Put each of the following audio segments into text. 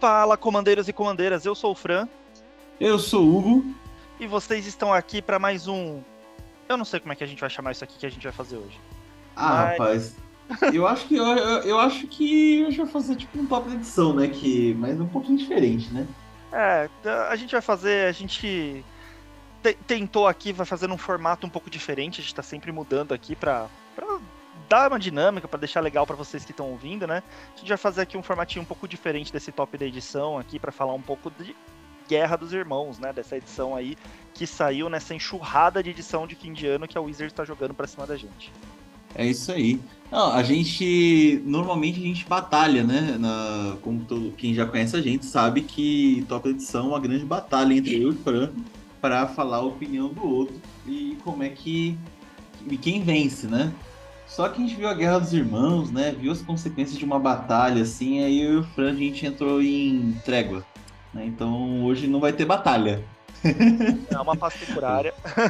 Fala, comandeiros e comandeiras, eu sou o Fran Eu sou o Hugo. e vocês estão aqui para mais um. Eu não sei como é que a gente vai chamar isso aqui que a gente vai fazer hoje. Mas Rapaz, eu acho que a gente vai fazer tipo um top de edição, né? Mas um pouquinho diferente, né? a gente vai fazer. A gente tentou aqui, vai fazendo um formato um pouco diferente. A gente tá sempre mudando aqui pra dar uma dinâmica, pra deixar legal pra vocês que estão ouvindo, né? A gente vai fazer aqui um formatinho um pouco diferente desse top da edição aqui, pra falar um pouco de Guerra dos Irmãos, né? Dessa edição aí que saiu nessa enxurrada de edição de fim de ano que a Wizard tá jogando pra cima da gente. É isso aí. Não, normalmente a gente batalha, né? Quem já conhece a gente sabe que top de edição é uma grande batalha entre eu e o Fran para falar a opinião do outro e como é que e quem vence, né? Só que a gente viu a Guerra dos Irmãos, né? Viu as consequências de uma batalha, assim, aí eu e o Fran a gente entrou em trégua, né? Então hoje não vai ter batalha. É uma paz temporária.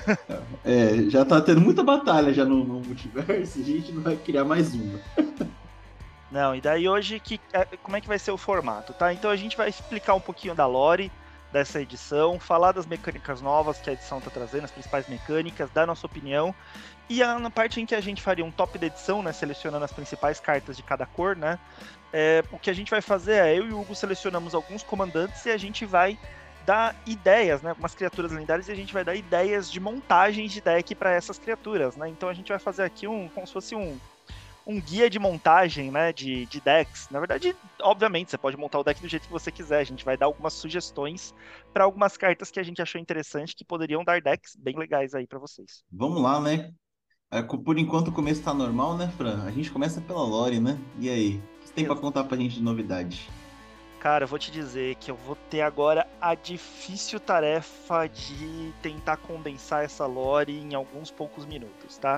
Já tá tendo muita batalha já no multiverso, a gente não vai criar mais uma. Não, e daí hoje, como é que vai ser o formato, tá? Então a gente vai explicar um pouquinho da lore dessa edição, falar das mecânicas novas que a edição tá trazendo, as principais mecânicas, dar nossa opinião. E na parte em que a gente faria um top da edição, né, selecionando as principais cartas de cada cor, né, o que a gente vai fazer é, eu e o Hugo selecionamos alguns comandantes e a gente vai dar ideias, né, algumas criaturas lendárias, e a gente vai dar ideias de montagens de deck para essas criaturas, né, então a gente vai fazer aqui como se fosse um guia de montagem, né, de decks. Na verdade, obviamente, você pode montar o deck do jeito que você quiser. A gente vai dar algumas sugestões para algumas cartas que a gente achou interessante que poderiam dar decks bem legais aí para vocês. Vamos lá, né? Por enquanto o começo tá normal, né, Fran? A gente começa pela Lore, né? E aí? O que você tem pra contar pra gente de novidade? Cara, eu vou te dizer que eu vou ter agora a difícil tarefa de tentar condensar essa lore em alguns poucos minutos, tá?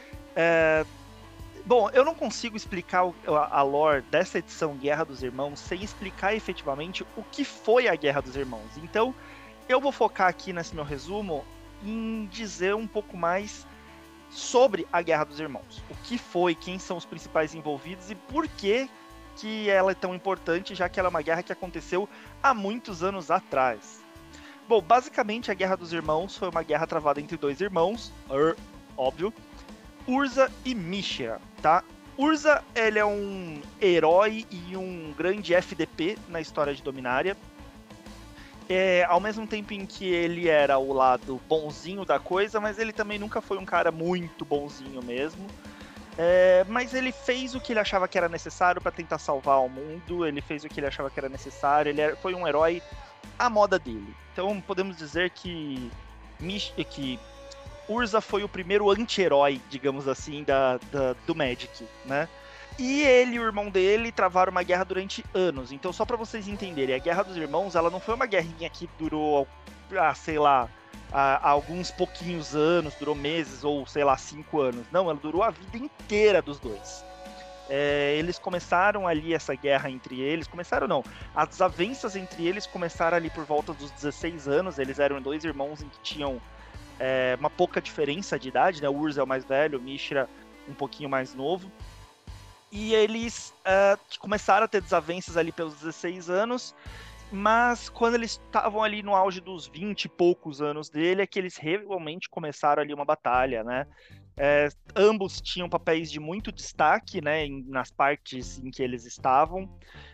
Bom, eu não consigo explicar a lore dessa edição Guerra dos Irmãos sem explicar efetivamente o que foi a Guerra dos Irmãos. Então, eu vou focar aqui nesse meu resumo em dizer um pouco mais sobre a Guerra dos Irmãos. O que foi, quem são os principais envolvidos e por que ela é tão importante, já que ela é uma guerra que aconteceu há muitos anos atrás. Bom, basicamente a Guerra dos Irmãos foi uma guerra travada entre dois irmãos, óbvio, Urza e Mishra, tá? Urza, ele é um herói e um grande FDP na história de Dominária. Ao mesmo tempo em que ele era o lado bonzinho da coisa, mas ele também nunca foi um cara muito bonzinho mesmo. Mas ele fez o que ele achava que era necessário para tentar salvar o mundo, ele fez o que ele achava que era necessário, foi um herói à moda dele. Então podemos dizer que Urza foi o primeiro anti-herói, digamos assim, do Magic, né? E ele e o irmão dele travaram uma guerra durante anos. Então, só para vocês entenderem, a Guerra dos Irmãos, ela não foi uma guerrinha que durou, sei lá, alguns pouquinhos anos, durou meses ou, sei lá, 5 anos. Não, ela durou a vida inteira dos dois. Eles começaram ali essa guerra entre eles, começaram não, as desavenças entre eles começaram ali por volta dos 16 anos, eles eram dois irmãos em que tinham uma pouca diferença de idade, né? O Urza é o mais velho, o Mishra um pouquinho mais novo. E eles começaram a ter desavenças ali pelos 16 anos, mas quando eles estavam ali no auge dos 20 e poucos anos dele, é que eles realmente começaram ali uma batalha, né? Ambos tinham papéis de muito destaque, né, nas partes em que eles estavam.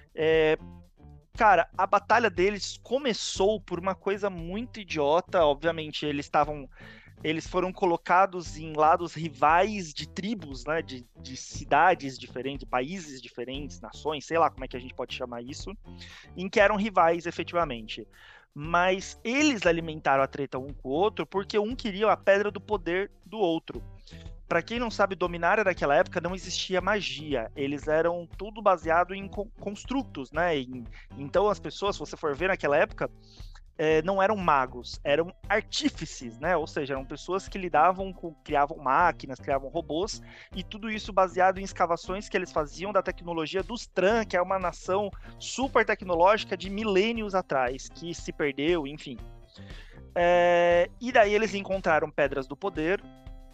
Cara, a batalha deles começou por uma coisa muito idiota. Obviamente, eles foram colocados em lados rivais de tribos, né? De cidades diferentes, de países diferentes, nações, sei lá como é que a gente pode chamar isso, em que eram rivais efetivamente. Mas eles alimentaram a treta um com o outro porque um queria a pedra do poder do outro. Para quem não sabe, Dominária naquela época não existia magia. Eles eram tudo baseado em construtos, né? Então as pessoas, se você for ver naquela época, não eram magos, eram artífices, né? Ou seja, eram pessoas que criavam máquinas, criavam robôs, e tudo isso baseado em escavações que eles faziam da tecnologia dos Tran, que é uma nação super tecnológica de milênios atrás, que se perdeu, enfim. E daí eles encontraram pedras do poder,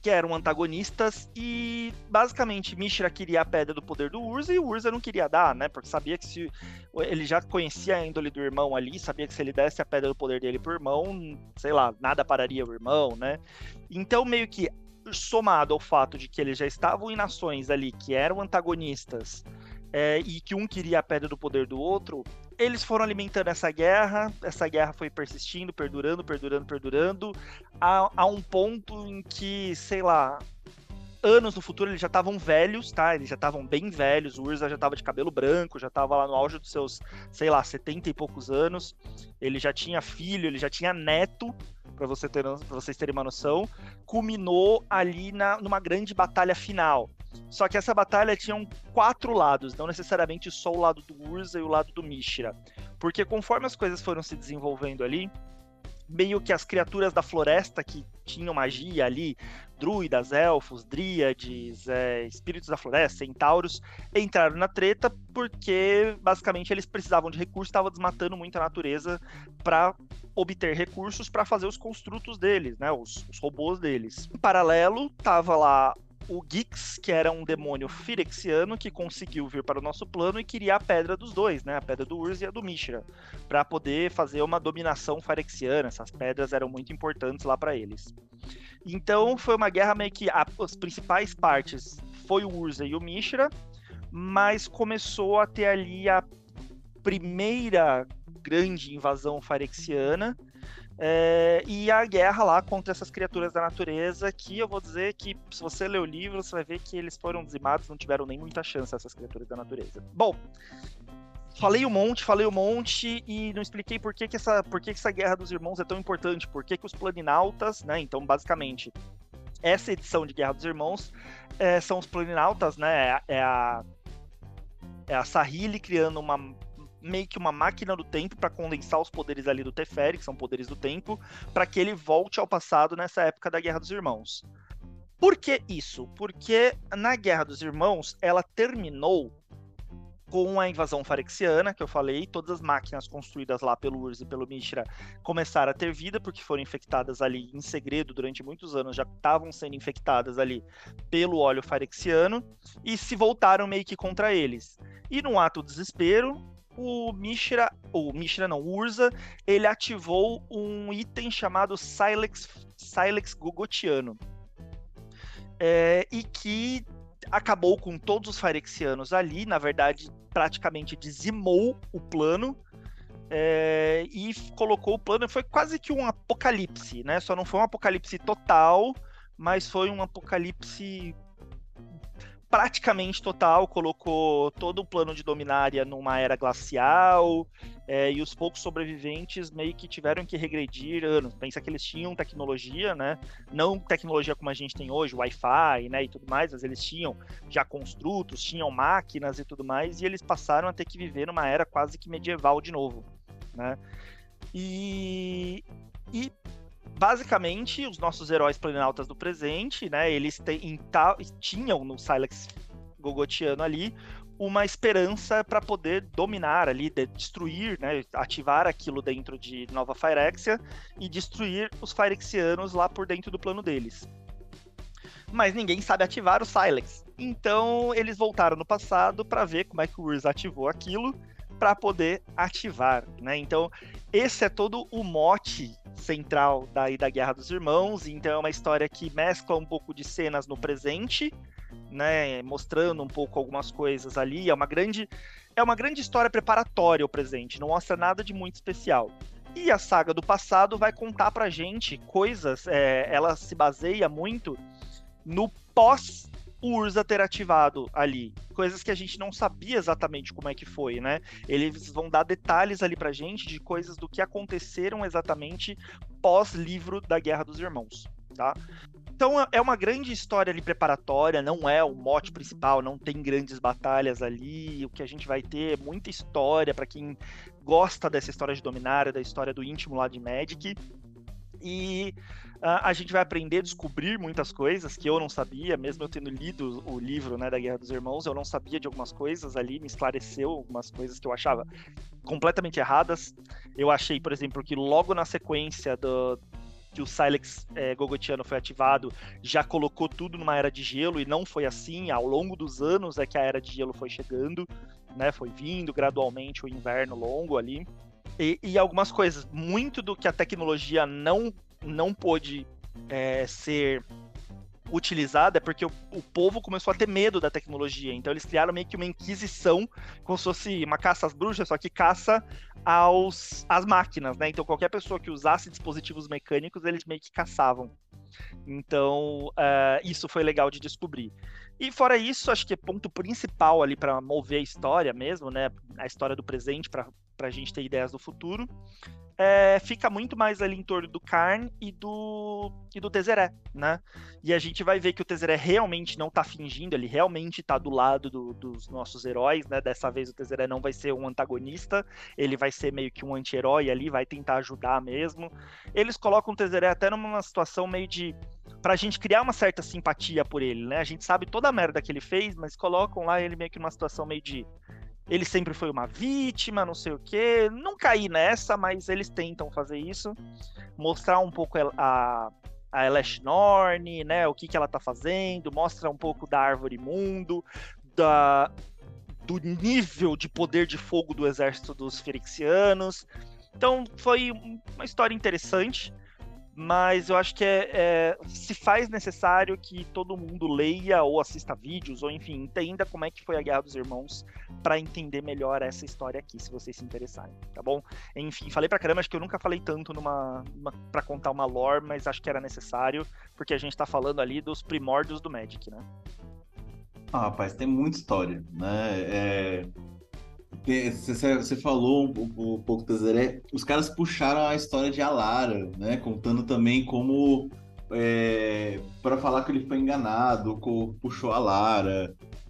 que eram antagonistas, e basicamente Mishra queria a pedra do poder do Urza e o Urza não queria dar, né? Porque sabia que se ele já conhecia a índole do irmão ali, sabia que se ele desse a pedra do poder dele pro irmão, sei lá, nada pararia o irmão, né? Então, meio que somado ao fato de que eles já estavam em nações ali que eram antagonistas, e que um queria a pedra do poder do outro, eles foram alimentando essa guerra foi persistindo, perdurando, a um ponto em que, sei lá, anos no futuro eles já estavam velhos, tá? Eles já estavam bem velhos, o Urza já estava de cabelo branco, já estava lá no auge dos seus, sei lá, 70 e poucos anos, ele já tinha filho, ele já tinha neto, para vocês terem uma noção, culminou ali numa grande batalha final. Só que essa batalha tinha 4 lados, não necessariamente só o lado do Urza e o lado do Mishra. Porque conforme as coisas foram se desenvolvendo ali, meio que as criaturas da floresta que tinham magia ali, druidas, elfos, dríades, espíritos da floresta, centauros, entraram na treta porque basicamente eles precisavam de recursos, estavam desmatando muito a natureza para obter recursos para fazer os construtos deles, né, os robôs deles. Em paralelo, tava lá o Gix, que era um demônio firexiano que conseguiu vir para o nosso plano e queria a pedra dos dois, né? A pedra do Urza e a do Mishra, para poder fazer uma dominação firexiana. Essas pedras eram muito importantes lá para eles. Então foi uma guerra meio que as principais partes foi o Urza e o Mishra, mas começou a ter ali a primeira grande invasão firexiana. E a guerra lá contra essas criaturas da natureza, que eu vou dizer que se você ler o livro, você vai ver que eles foram dizimados, não tiveram nem muita chance, essas criaturas da natureza. Bom, falei um monte e não expliquei por que essa Guerra dos Irmãos é tão importante, por que os planinautas, né, então basicamente essa edição de Guerra dos Irmãos são os planinautas, né, é a Saheeli criando meio que uma máquina do tempo para condensar os poderes ali do Teferi, que são poderes do tempo, para que ele volte ao passado nessa época da Guerra dos Irmãos. Por que isso? Porque na Guerra dos Irmãos, ela terminou com a invasão firexiana, que eu falei, todas as máquinas construídas lá pelo Urza e pelo Mishra começaram a ter vida, porque foram infectadas ali em segredo durante muitos anos, já estavam sendo infectadas ali pelo óleo firexiano, e se voltaram meio que contra eles. E num ato de desespero, o Urza, ele ativou um item chamado Silex Gogotiano, e que acabou com todos os Phyrexianos ali, na verdade, praticamente dizimou o plano, e colocou o plano, foi quase que um apocalipse, né? Só não foi um apocalipse total, mas foi um apocalipse praticamente total, colocou todo o plano de Dominária numa era glacial, e os poucos sobreviventes meio que tiveram que regredir anos. Pensa que eles tinham tecnologia, né? Não tecnologia como a gente tem hoje, Wi-Fi, né, e tudo mais, mas eles tinham já construtos, tinham máquinas e tudo mais, e eles passaram a ter que viver numa era quase que medieval de novo, né? E basicamente, os nossos heróis planinautas do presente, né, eles tinham no Silex Gogotiano ali uma esperança para poder dominar ali, destruir, né, ativar aquilo dentro de Nova Phyrexia e destruir os Phyrexianos lá por dentro do plano deles. Mas ninguém sabe ativar o Silex. Então, eles voltaram no passado para ver como é que o Urza ativou aquilo para poder ativar, né? Então, esse é todo o mote central da Guerra dos Irmãos. Então, é uma história que mescla um pouco de cenas no presente, né? Mostrando um pouco algumas coisas ali. É uma grande história preparatória ao presente, não mostra nada de muito especial. E a saga do passado vai contar pra gente coisas, ela se baseia muito no pós Urza ter ativado ali, coisas que a gente não sabia exatamente como é que foi, né? Eles vão dar detalhes ali pra gente de coisas do que aconteceram exatamente pós-livro da Guerra dos Irmãos, tá? Então é uma grande história ali preparatória, não é o mote principal, não tem grandes batalhas ali, o que a gente vai ter é muita história para quem gosta dessa história de Dominária, da história do íntimo lá de Magic, e a gente vai aprender a descobrir muitas coisas que eu não sabia, mesmo eu tendo lido o livro, né, da Guerra dos Irmãos, eu não sabia de algumas coisas ali, me esclareceu algumas coisas que eu achava completamente erradas. Eu achei, por exemplo, que logo na sequência que o Silex Gogotiano foi ativado, já colocou tudo numa era de gelo, e não foi assim. Ao longo dos anos é que a era de gelo foi chegando, né? Foi vindo gradualmente o inverno longo ali. E algumas coisas, muito do que a tecnologia não pôde ser utilizada é porque o povo começou a ter medo da tecnologia. Então eles criaram meio que uma inquisição, como se fosse uma caça às bruxas, só que caça às máquinas, né? Então qualquer pessoa que usasse dispositivos mecânicos, eles meio que caçavam. Então isso foi legal de descobrir. E fora isso, acho que é ponto principal ali para mover a história mesmo, né? A história do presente para a gente ter ideias do futuro. Fica muito mais ali em torno do Karn e do Tezzeret, né? E a gente vai ver que o Tezzeret realmente não tá fingindo, ele realmente tá do lado dos nossos heróis, né? Dessa vez o Tezzeret não vai ser um antagonista, ele vai ser meio que um anti-herói ali, vai tentar ajudar mesmo. Eles colocam o Tezzeret até numa situação meio de... pra gente criar uma certa simpatia por ele, né? A gente sabe toda a merda que ele fez, mas colocam lá ele meio que numa situação meio de... ele sempre foi uma vítima, não sei o quê. Não caí nessa, mas eles tentam fazer isso. Mostrar um pouco a Elesh Norn, né? O que ela tá fazendo. Mostra um pouco da Árvore Mundo, do nível de poder de fogo do exército dos Ferexianos. Então foi uma história interessante. Mas eu acho que se faz necessário que todo mundo leia ou assista vídeos, ou enfim, entenda como é que foi a Guerra dos Irmãos para entender melhor essa história aqui, se vocês se interessarem, tá bom? Enfim, falei pra caramba, acho que eu nunca falei tanto pra contar uma lore, mas acho que era necessário, porque a gente tá falando ali dos primórdios do Magic, né? Ah, rapaz, tem muita história, né? Você falou um pouco do Tezzeret, os caras puxaram a história de Alara, né? Contando também como para falar que ele foi enganado, puxou a Alara,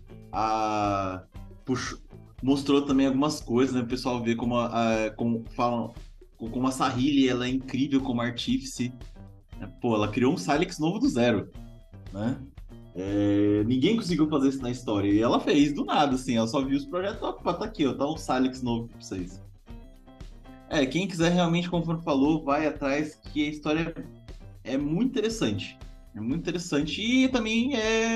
mostrou também algumas coisas, né? O pessoal vê como falam, como a Saheeli, ela é incrível como artífice. Pô, ela criou um Silex novo do zero, né? Ninguém conseguiu fazer isso na história. E ela fez do nada, assim. Ela só viu os projetos. Opa, tá aqui, ó. Tá um Silex novo pra vocês. Quem quiser realmente, como o falou, vai atrás, que a história é muito interessante. É muito interessante. E também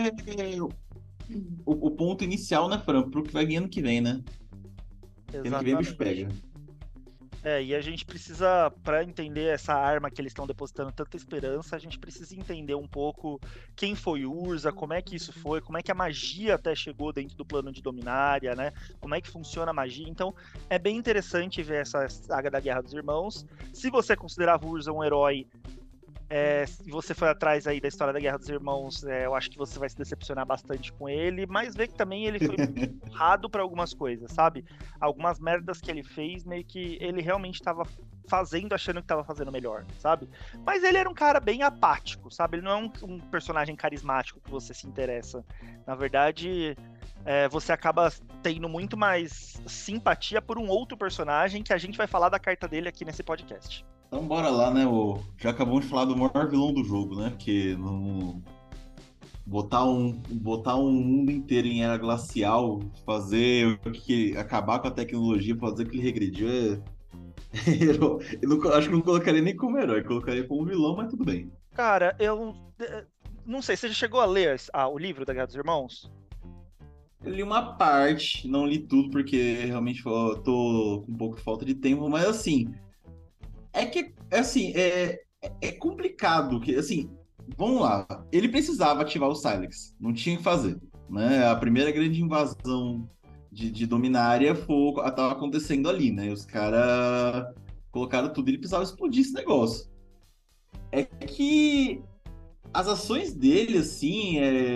o ponto inicial, né, Fran? Pro que vai vir ano que vem, né? Ano que vem o bicho pega. E a gente precisa, para entender essa arma que eles estão depositando tanta esperança, a gente precisa entender um pouco quem foi Urza, como é que isso foi, como é que a magia até chegou dentro do plano de Dominária, né? Como é que funciona a magia. Então, é bem interessante ver essa saga da Guerra dos Irmãos. Se você considerava o Urza um herói, se você foi atrás aí da história da Guerra dos Irmãos, eu acho que você vai se decepcionar bastante com ele, mas vê que também ele foi errado para algumas coisas, sabe? Algumas merdas que ele fez, meio que ele realmente estava fazendo, achando que estava fazendo melhor, sabe? Mas ele era um cara bem apático, sabe? Ele não é um personagem carismático que você se interessa. Na verdade, você acaba tendo muito mais simpatia por um outro personagem que a gente vai falar da carta dele aqui nesse podcast. Então bora lá, né? Já acabamos de falar do maior vilão do jogo, né? Porque botar um mundo inteiro em era glacial, acabar com a tecnologia, fazer que ele regrediu eu acho que não colocaria nem como herói, colocaria como vilão, mas tudo bem. Cara, eu não sei, você já chegou a ler o livro da Guerra dos Irmãos? Eu li uma parte, não li tudo porque realmente eu tô com um pouco de falta de tempo, mas assim, é complicado, que assim, vamos lá, ele precisava ativar o Silex, não tinha o que fazer, né? A primeira grande invasão de Dominária estava acontecendo ali, né? Os caras colocaram tudo, ele precisava explodir esse negócio. É que as ações dele, assim,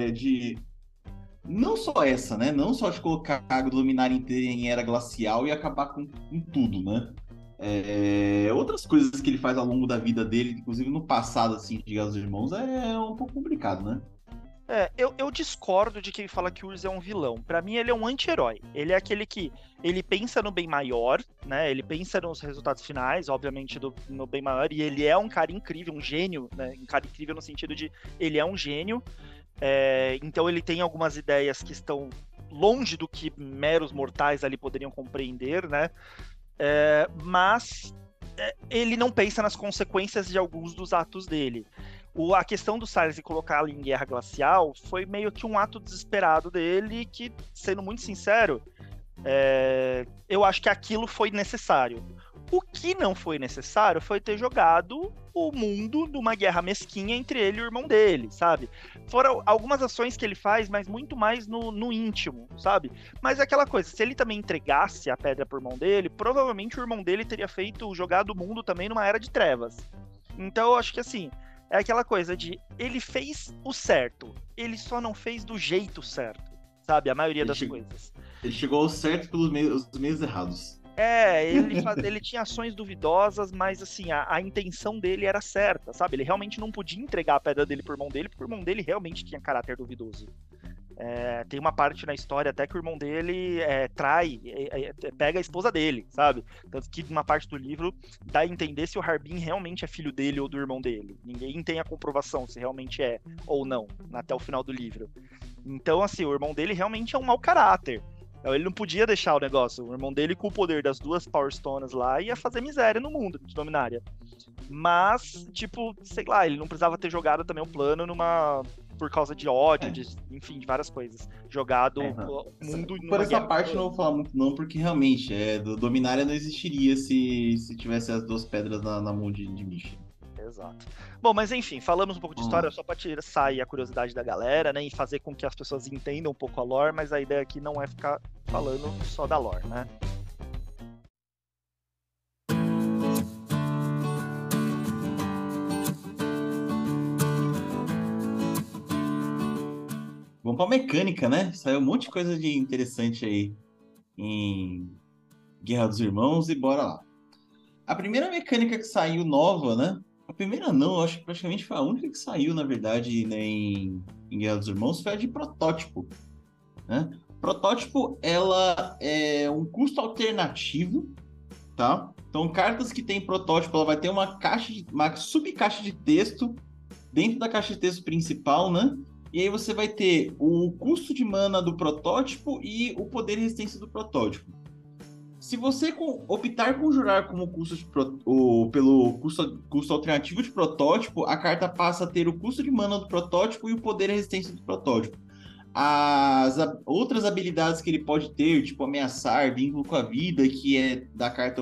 não só essa, né? Não só de colocar a Dominária inteira em era glacial e acabar com tudo, né? Outras coisas que ele faz ao longo da vida dele, inclusive no passado, assim, de Guerra dos Irmãos, é um pouco complicado, né? Eu discordo de quem fala que o Urza é um vilão. Pra mim, ele é um anti-herói. Ele é aquele que ele pensa no bem maior, né? Ele pensa nos resultados finais, obviamente, no bem maior. E ele é um cara incrível, um gênio, né? Um cara incrível no sentido de ele é um gênio. Então ele tem algumas ideias que estão longe do que meros mortais ali poderiam compreender, né? Mas ele não pensa nas consequências de alguns dos atos dele. A questão do Cyrus e colocá-lo em guerra glacial foi meio que um ato desesperado dele que, sendo muito sincero, eu acho que aquilo foi necessário. O que não foi necessário foi ter jogado o mundo numa guerra mesquinha entre ele e o irmão dele, sabe? Foram algumas ações que ele faz, mas muito mais no íntimo, sabe? Mas é aquela coisa, se ele também entregasse a pedra pro irmão dele, provavelmente o irmão dele teria jogado o mundo também numa era de trevas. Então eu acho que assim, é aquela coisa de ele fez o certo, ele só não fez do jeito certo, sabe? A maioria das coisas. Ele chegou ao certo pelos meios errados. Ele tinha ações duvidosas, mas assim, a intenção dele era certa, sabe? Ele realmente não podia entregar a pedra dele pro irmão dele, porque o irmão dele realmente tinha caráter duvidoso. Tem uma parte na história até que o irmão dele pega a esposa dele, sabe? Tanto que numa parte do livro dá a entender se o Harbin realmente é filho dele ou do irmão dele. Ninguém tem a comprovação se realmente é ou não, até o final do livro. Então, assim, o irmão dele realmente é um mau caráter. Então, ele não podia deixar o negócio. O irmão dele, com o poder das 2 Power Stones lá, ia fazer miséria no mundo de Dominária. Mas, tipo, sei lá, ele não precisava ter jogado também o plano por causa de ódio, enfim, de várias coisas. Jogado o mundo... Por essa parte não vou falar muito não, porque realmente, do Dominária não existiria se tivesse as 2 pedras na mão de Misha. Exato. Bom, mas enfim, falamos um pouco de história só pra sair a curiosidade da galera, né, e fazer com que as pessoas entendam um pouco a lore, mas a ideia aqui não é ficar falando só da lore, né? Vamos pra mecânica, né? Saiu um monte de coisa de interessante aí em Guerra dos Irmãos e bora lá. A primeira mecânica que saiu nova, né? A primeira não, acho que praticamente foi a única que saiu, na verdade, né, em Guerra dos Irmãos, foi a de protótipo, né? Protótipo, ela é um custo alternativo, tá? Então, cartas que tem protótipo, ela vai ter uma subcaixa de texto dentro da caixa de texto principal, né? E aí você vai ter o custo de mana do protótipo e o poder e resistência do protótipo. Se você optar conjurar como pelo custo alternativo de protótipo, a carta passa a ter o custo de mana do protótipo e o poder e resistência do protótipo. As outras habilidades que ele pode ter, tipo ameaçar, vínculo com a vida, que é da carta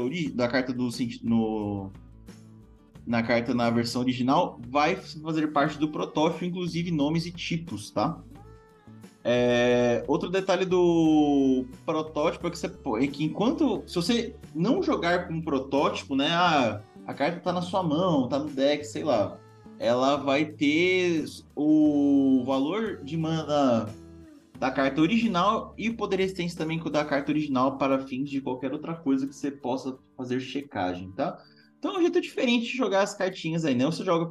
na carta na versão original, vai fazer parte do protótipo, inclusive nomes e tipos, tá? Outro detalhe do protótipo é que se você não jogar com um protótipo, né, a carta tá na sua mão, tá no deck, sei lá, ela vai ter o valor de mana da carta original e o poder resistência também da carta original para fins de qualquer outra coisa que você possa fazer checagem, tá? Então é um jeito diferente de jogar as cartinhas aí, né? Você joga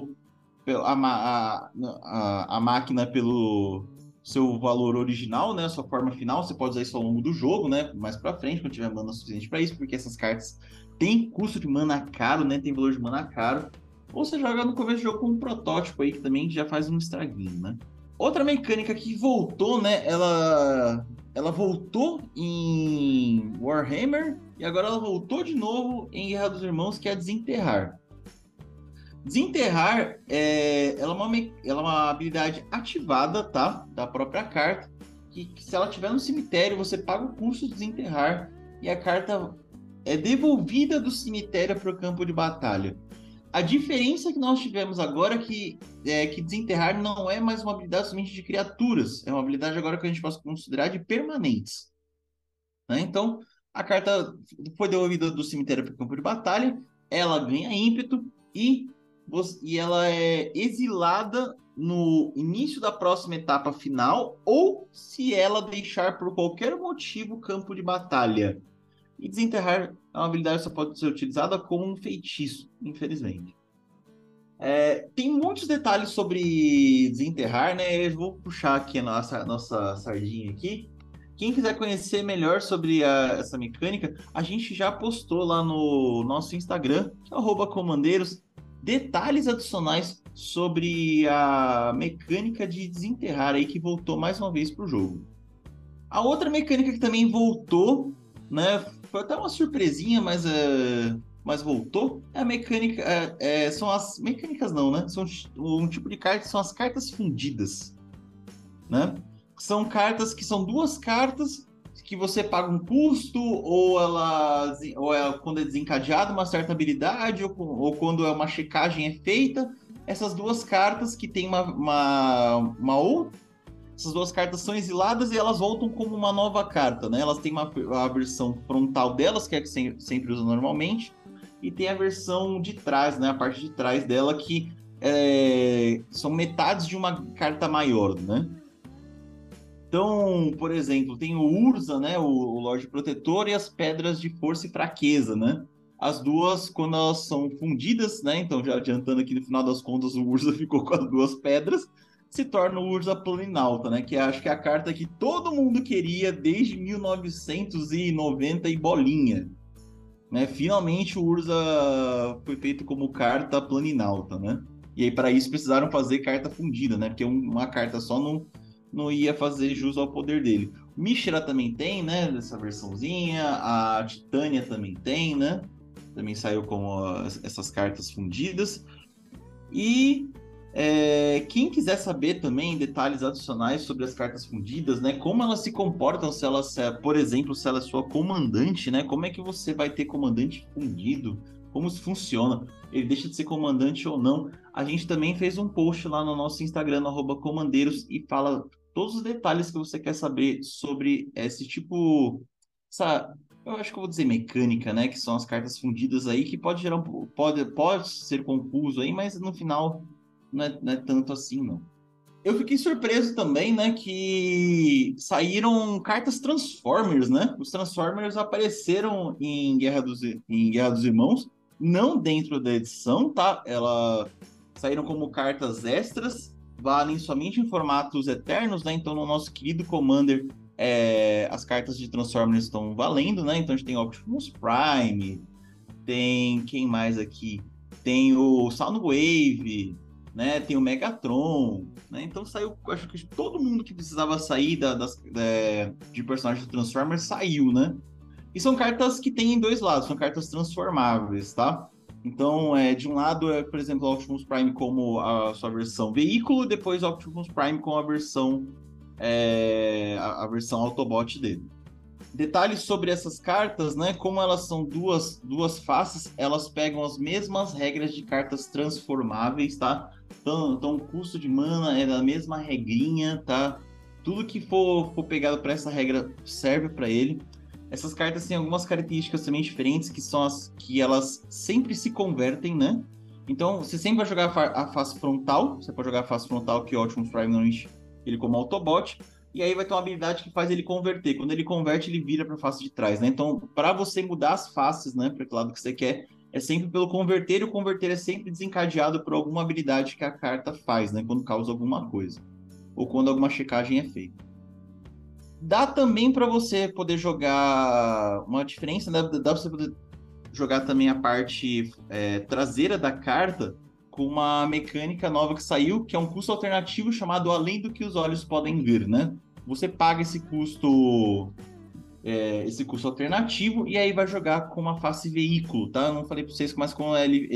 a máquina pelo seu valor original, né? A sua forma final, você pode usar isso ao longo do jogo, né? Mais pra frente, quando tiver mana suficiente para isso, porque essas cartas têm custo de mana caro, né? Tem valor de mana caro. Ou você joga no começo do jogo com um protótipo aí, que também já faz um estraguinho, né? Outra mecânica que voltou, né? Ela voltou em Warhammer e agora ela voltou de novo em Guerra dos Irmãos, que é Desenterrar. Desenterrar ela é uma habilidade ativada, tá? Da própria carta, que se ela estiver no cemitério, você paga o custo de desenterrar e a carta é devolvida do cemitério para o campo de batalha. A diferença que nós tivemos agora é que desenterrar não é mais uma habilidade somente de criaturas, é uma habilidade agora que a gente pode considerar de permanentes, né? Então, a carta foi devolvida do cemitério para o campo de batalha, ela ganha ímpeto e ela é exilada no início da próxima etapa final, ou se ela deixar por qualquer motivo o campo de batalha. E desenterrar é uma habilidade que só pode ser utilizada como um feitiço, infelizmente. Tem muitos detalhes sobre desenterrar, né? Eu vou puxar aqui a nossa sardinha aqui. Quem quiser conhecer melhor sobre essa mecânica, a gente já postou lá no nosso Instagram, que é @comandeiros, detalhes adicionais sobre a mecânica de desenterrar aí, que voltou mais uma vez para o jogo. A outra mecânica que também voltou, né? Foi até uma surpresinha, mas mas voltou, é a mecânica. São as mecânicas não, né? São um tipo de carta, são as cartas fundidas, né? São cartas que são duas cartas que você paga um custo, ou quando é desencadeada uma certa habilidade, ou quando é uma checagem é feita. Essas duas cartas que tem essas duas cartas são exiladas e elas voltam como uma nova carta, né? Elas têm a versão frontal delas, que é que sempre usa normalmente, e tem a versão de trás, né? A parte de trás dela, que são metades de uma carta maior, né? Então, por exemplo, tem o Urza, né? O Lorde Protetor, e as Pedras de Força e Fraqueza, né? As duas, quando elas são fundidas, né? Então, já adiantando aqui, no final das contas, o Urza ficou com as duas pedras, se torna o Urza Planinauta, né? Que acho que é a carta que todo mundo queria desde 1990 e bolinha, né? Finalmente o Urza foi feito como carta Planinauta, né? E aí, para isso, precisaram fazer carta fundida, né? Porque uma carta só não ia fazer jus ao poder dele. O Mishra também tem, né? Dessa versãozinha. A Titânia também tem, né? Também saiu com essas cartas fundidas. E quem quiser saber também detalhes adicionais sobre as cartas fundidas, né? Como elas se comportam, por exemplo, se ela é sua comandante, né? Como é que você vai ter comandante fundido? Como isso funciona? Ele deixa de ser comandante ou não? A gente também fez um post lá no nosso Instagram, no @comandeiros, e fala todos os detalhes que você quer saber sobre esse tipo, eu acho que eu vou dizer mecânica, né? Que são as cartas fundidas aí, que pode gerar pode ser confuso aí, mas no final não é tanto assim, não. Eu fiquei surpreso também, né, que saíram cartas Transformers, né? Os Transformers apareceram em Guerra dos Irmãos, não dentro da edição, tá? Saíram como cartas extras, valem somente em formatos eternos, né? Então, no nosso querido Commander, as cartas de Transformers estão valendo, né? Então, a gente tem Optimus Prime, tem quem mais aqui? Tem o Soundwave, né? Tem o Megatron, né? Então saiu, acho que todo mundo que precisava sair de personagens do Transformers saiu, né? E são cartas que tem em dois lados, são cartas transformáveis, tá? Então, de um lado por exemplo, o Optimus Prime como a sua versão veículo, depois o Optimus Prime com a versão a versão Autobot dele. Detalhes sobre essas cartas, né? Como elas são duas faces, elas pegam as mesmas regras de cartas transformáveis, tá? Então o custo de mana é da mesma regrinha, tá? Tudo que for pegado para essa regra serve para ele. Essas cartas têm algumas características também diferentes, que são as que elas sempre se convertem, né? Então, você sempre vai jogar a face frontal, você pode jogar a face frontal, que o Optimus Prime não enche ele como Autobot, e aí vai ter uma habilidade que faz ele converter. Quando ele converte, ele vira para a face de trás, né? Então, para você mudar as faces, né, para o lado que você quer, é sempre pelo converter, e o converter é sempre desencadeado por alguma habilidade que a carta faz, né, quando causa alguma coisa, ou quando alguma checagem é feita. Dá também para você poder jogar uma diferença, né? Dá para você poder jogar também a parte traseira da carta com uma mecânica nova que saiu, que é um custo alternativo chamado Além do que os Olhos Podem Ver, né? Você paga esse custo alternativo, e aí vai jogar com uma face veículo, tá? Eu não falei para vocês, mas quando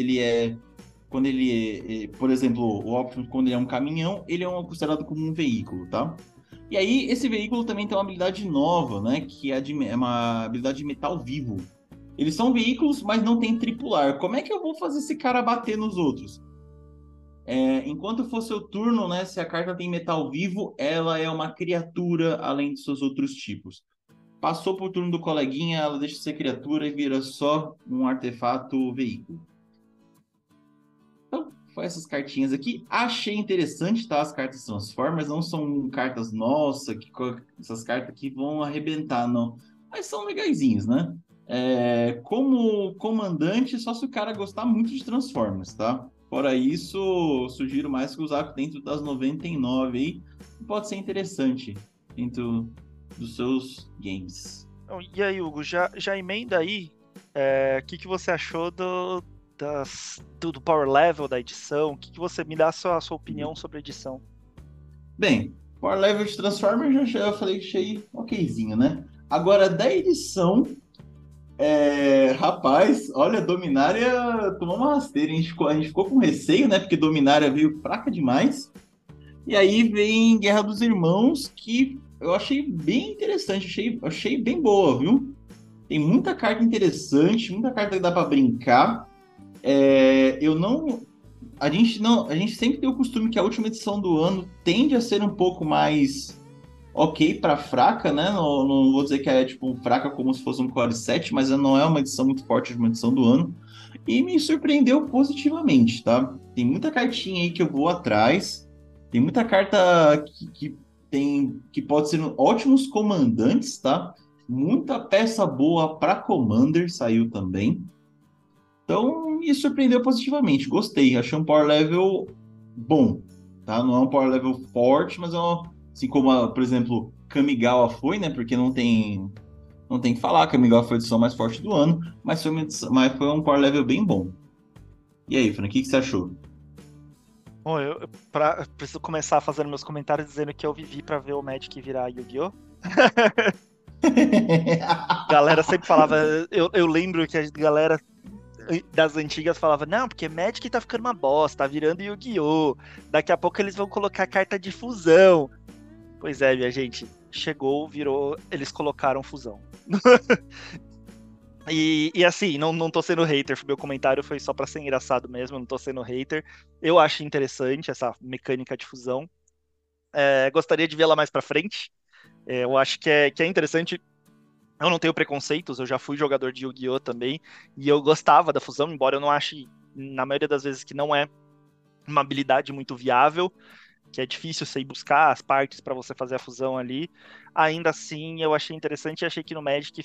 por exemplo, o Optimus, quando ele é um caminhão, ele é considerado como um veículo, tá? E aí, esse veículo também tem uma habilidade nova, né? Que é uma habilidade de metal vivo. Eles são veículos, mas não tem tripular. Como é que eu vou fazer esse cara bater nos outros? Enquanto for seu turno, né? Se a carta tem metal vivo, ela é uma criatura além de seus outros tipos. Passou por turno do coleguinha, ela deixa de ser criatura e vira só um artefato veículo. Então, foi essas cartinhas aqui. Achei interessante, tá? As cartas Transformers não são cartas, nossa, essas cartas que vão arrebentar, não. Mas são legaisinhas, né? Como comandante, só se o cara gostar muito de Transformers, tá? Fora isso, sugiro mais que usar dentro das 99 aí. Pode ser interessante dentro dos seus games. E aí, Hugo, já emenda aí o que você achou do power level da edição? O que você me dá a sua opinião sobre a edição? Bem, power level de Transformers eu falei que achei okzinho, né? Agora, da edição, Rapaz, olha, Dominária tomou uma rasteira. A gente ficou com receio, né? Porque Dominária veio fraca demais. E aí vem Guerra dos Irmãos, que eu achei bem interessante, achei bem boa, viu? Tem muita carta interessante, muita carta que dá pra brincar. Eu não. A gente não. A gente sempre tem o costume que a última edição do ano tende a ser um pouco mais ok pra fraca, né? Não vou dizer que é tipo fraca como se fosse um Core 7, mas não é uma edição muito forte de uma edição do ano. E me surpreendeu positivamente, tá? Tem muita cartinha aí que eu vou atrás. Tem muita carta que pode ser ótimos comandantes, tá? Muita peça boa para Commander saiu também. Então, me surpreendeu positivamente. Gostei. Achei um power level bom, tá? Não é um power level forte, mas assim como, por exemplo, Kamigawa foi, né? Porque não tem que falar, Kamigawa foi a edição mais forte do ano, mas foi um power level bem bom. E aí, Fran, o que você achou? Bom, eu preciso começar fazendo meus comentários dizendo que eu vivi pra ver o Magic virar Yu-Gi-Oh! Galera sempre falava, eu lembro que a galera das antigas falava, não, porque Magic tá ficando uma bosta, tá virando Yu-Gi-Oh! Daqui a pouco eles vão colocar carta de fusão. Pois é, minha gente, chegou, virou, eles colocaram fusão. E assim, não tô sendo hater, meu comentário foi só pra ser engraçado mesmo, não tô sendo hater. Eu acho interessante essa mecânica de fusão. Gostaria de vê-la mais pra frente. Eu acho que é interessante. Eu não tenho preconceitos, eu já fui jogador de Yu-Gi-Oh! Também, e eu gostava da fusão, embora eu não ache, na maioria das vezes, que não é uma habilidade muito viável, que é difícil você ir buscar as partes para você fazer a fusão ali. Ainda assim, eu achei interessante e achei que no Magic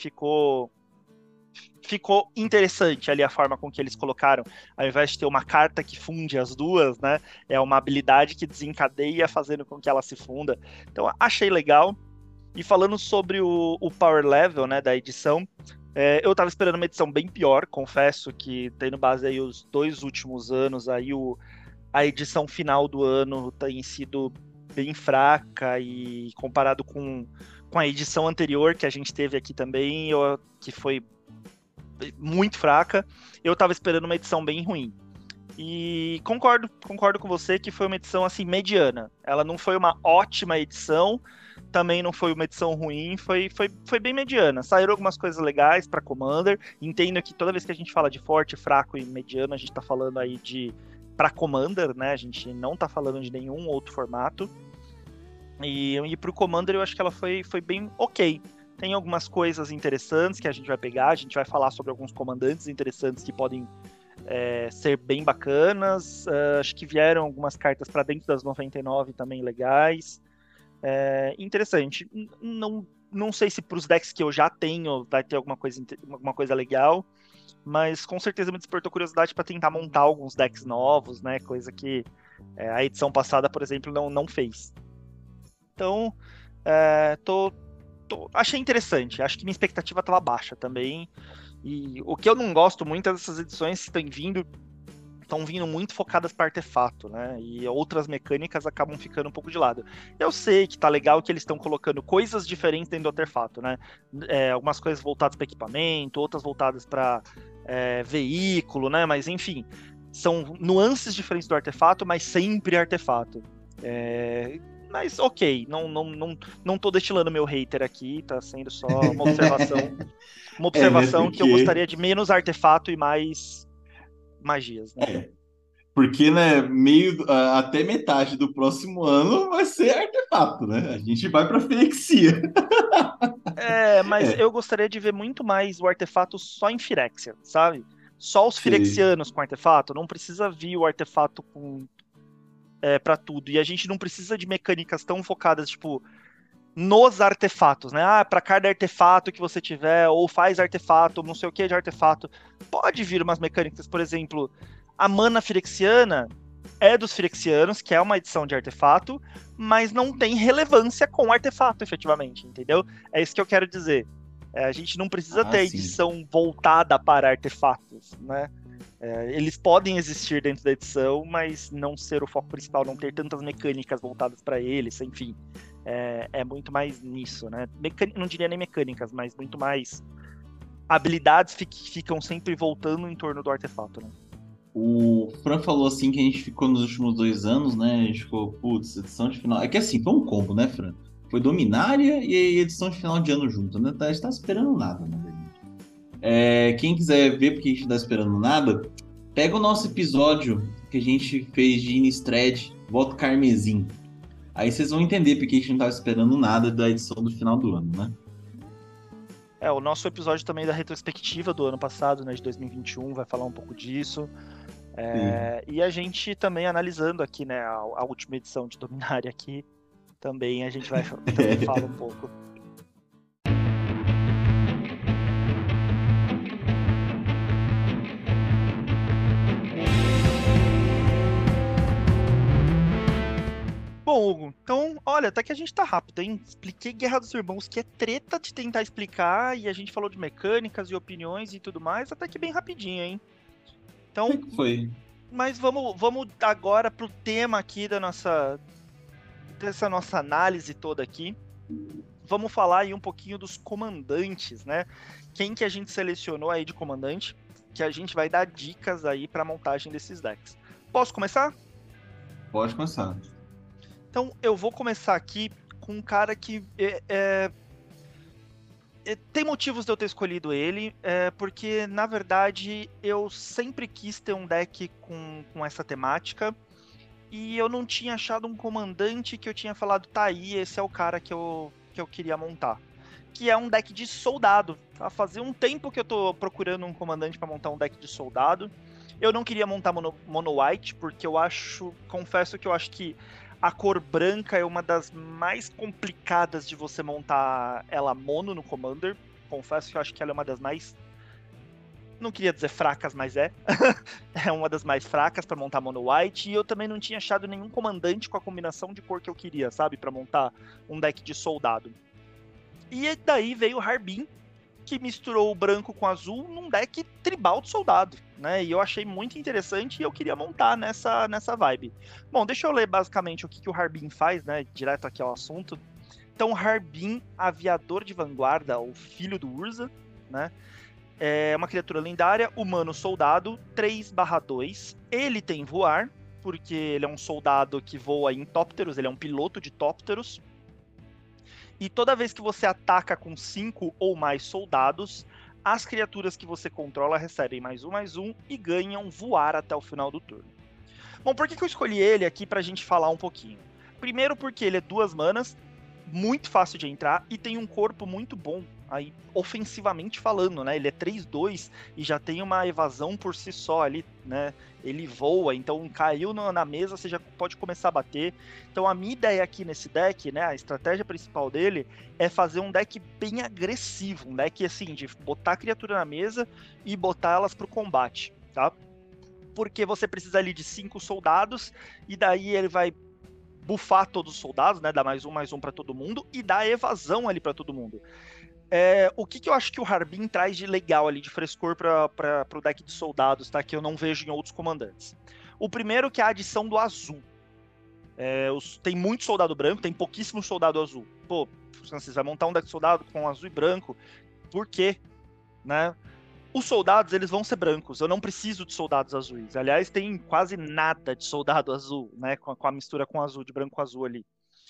ficou interessante ali a forma com que eles colocaram. Ao invés de ter uma carta que funde as duas, né? É uma habilidade que desencadeia fazendo com que ela se funda. Então, achei legal. E falando sobre o Power Level, né, da edição, eu tava esperando uma edição bem pior, confesso que tendo base aí os 2 últimos anos, aí a edição final do ano tem sido bem fraca e comparado com a edição anterior que a gente teve aqui também, que foi muito fraca, eu tava esperando uma edição bem ruim. E concordo com você que foi uma edição assim mediana. Ela não foi uma ótima edição, também não foi uma edição ruim, foi bem mediana. Saíram algumas coisas legais para Commander. Entendo que toda vez que a gente fala de forte, fraco e mediano, a gente tá falando aí de para Commander, né? A gente não tá falando de nenhum outro formato. E pro Commander eu acho que ela foi bem ok. Tem algumas coisas interessantes que a gente vai pegar, a gente vai falar sobre alguns comandantes interessantes que podem ser bem bacanas. Acho que vieram algumas cartas para dentro das 99 também legais. Interessante. Não sei se para os decks que eu já tenho vai ter alguma coisa legal, mas com certeza me despertou curiosidade para tentar montar alguns decks novos, né? Coisa que a edição passada, por exemplo, não fez. Então, achei interessante. Acho que minha expectativa estava baixa também. E o que eu não gosto muito é dessas edições que estão vindo muito focadas para artefato, né? E outras mecânicas acabam ficando um pouco de lado. Eu sei que tá legal que eles estão colocando coisas diferentes dentro do artefato, né? Algumas coisas voltadas para equipamento, outras voltadas para veículo, né? Mas enfim, são nuances diferentes do artefato, mas sempre artefato. Mas ok, não tô destilando meu hater aqui, tá sendo só uma observação. Uma Né? observação que eu gostaria de menos artefato e mais magias, né? Porque, né, até metade do próximo ano vai ser artefato, né? A gente vai para Firexia. Mas É, eu gostaria de ver muito mais o artefato só em Firexia, sabe? Só os sei. Firexianos com artefato, não precisa vir o artefato pra tudo. E a gente não precisa de mecânicas tão focadas, tipo, nos artefatos, né? Para cada artefato que você tiver, ou faz artefato, não sei o que de artefato. Pode vir umas mecânicas, por exemplo, a mana firexiana é dos firexianos, que é uma edição de artefato, mas não tem relevância com o artefato, efetivamente, entendeu? É isso que eu quero dizer. A gente não precisa Ah, ter sim. edição voltada para artefatos, né? Eles podem existir dentro da edição, mas não ser o foco principal, não ter tantas mecânicas voltadas para eles, enfim. É muito mais nisso, né? Não diria nem mecânicas, mas muito mais habilidades ficam sempre voltando em torno do artefato, né? O Fran falou assim que a gente ficou nos últimos 2 anos, né? A gente ficou, putz, edição de final. É que assim, foi um combo, né, Fran? Foi Dominária e a edição de final de ano junto, né? A gente tá esperando nada, na verdade. Quem quiser ver porque a gente não tá esperando nada, pega o nosso episódio que a gente fez de Innistrad, Voto Carmesim. Aí vocês vão entender porque a gente não tava esperando nada da edição do final do ano, né? O nosso episódio também da retrospectiva do ano passado, né, de 2021, vai falar um pouco disso. E a gente também analisando aqui, né, a última edição de Dominária aqui, também a gente também fala um pouco. Bom, Hugo, então, olha, até que a gente tá rápido, hein? Expliquei Guerra dos Irmãos, que é treta de tentar explicar, e a gente falou de mecânicas e opiniões e tudo mais, até que bem rapidinho, hein? Então, Foi. mas vamos agora pro tema aqui dessa nossa análise toda aqui. Vamos falar aí um pouquinho dos comandantes, né? Quem que a gente selecionou aí de comandante, que a gente vai dar dicas aí pra montagem desses decks. Posso começar? Pode começar. Então, eu vou começar aqui com um cara que tem motivos de eu ter escolhido ele, porque, na verdade, eu sempre quis ter um deck com essa temática, e eu não tinha achado um comandante que eu tinha falado, tá aí, esse é o cara que eu queria montar. Que é um deck de soldado. Tá? Fazia um tempo que eu tô procurando um comandante para montar um deck de soldado. Eu não queria montar mono white, porque confesso que eu acho que a cor branca é uma das mais complicadas de você montar ela mono no Commander. Confesso que eu acho que ela é uma das mais... Não queria dizer fracas, mas é. É uma das mais fracas para montar mono white. E eu também não tinha achado nenhum comandante com a combinação de cor que eu queria, sabe? Para montar um deck de soldado. E daí veio o Harbin, que misturou o branco com o azul num deck tribal de soldado, né? E eu achei muito interessante e eu queria montar nessa vibe. Bom, deixa eu ler basicamente o que o Harbin faz, né? Direto aqui ao assunto. Então, Harbin, aviador de vanguarda, o filho do Urza, né? É uma criatura lendária, humano soldado, 3/2. Ele tem voar, porque ele é um soldado que voa em Tópteros, ele é um piloto de Tópteros. E toda vez que você ataca com 5 ou mais soldados, as criaturas que você controla recebem +1/+1 e ganham voar até o final do turno. Bom, por que eu escolhi ele aqui pra gente falar um pouquinho? Primeiro porque ele é 2 manas, muito fácil de entrar e tem um corpo muito bom, aí ofensivamente falando, né? Ele é 3/2 e já tem uma evasão por si só ali, né? Ele voa, então caiu na mesa, você já pode começar a bater. Então a minha ideia aqui nesse deck, né? A estratégia principal dele é fazer um deck bem agressivo, um deck assim, de botar a criatura na mesa e botar elas pro combate, tá? Porque você precisa ali de 5 soldados, e daí ele vai buffar todos os soldados, né? Dar +1/+1 para todo mundo e dar evasão ali para todo mundo. O que eu acho que o Harbin traz de legal ali, de frescor para o deck de soldados, tá? Que eu não vejo em outros comandantes. O primeiro que é a adição do azul. Tem muito soldado branco, tem pouquíssimo soldado azul. Pô, Francis, vai montar um deck de soldado com azul e branco, por quê? Né? Os soldados, eles vão ser brancos. Eu não preciso de soldados azuis. Aliás, tem quase nada de soldado azul, né? Com a mistura com azul, de branco com azul ali.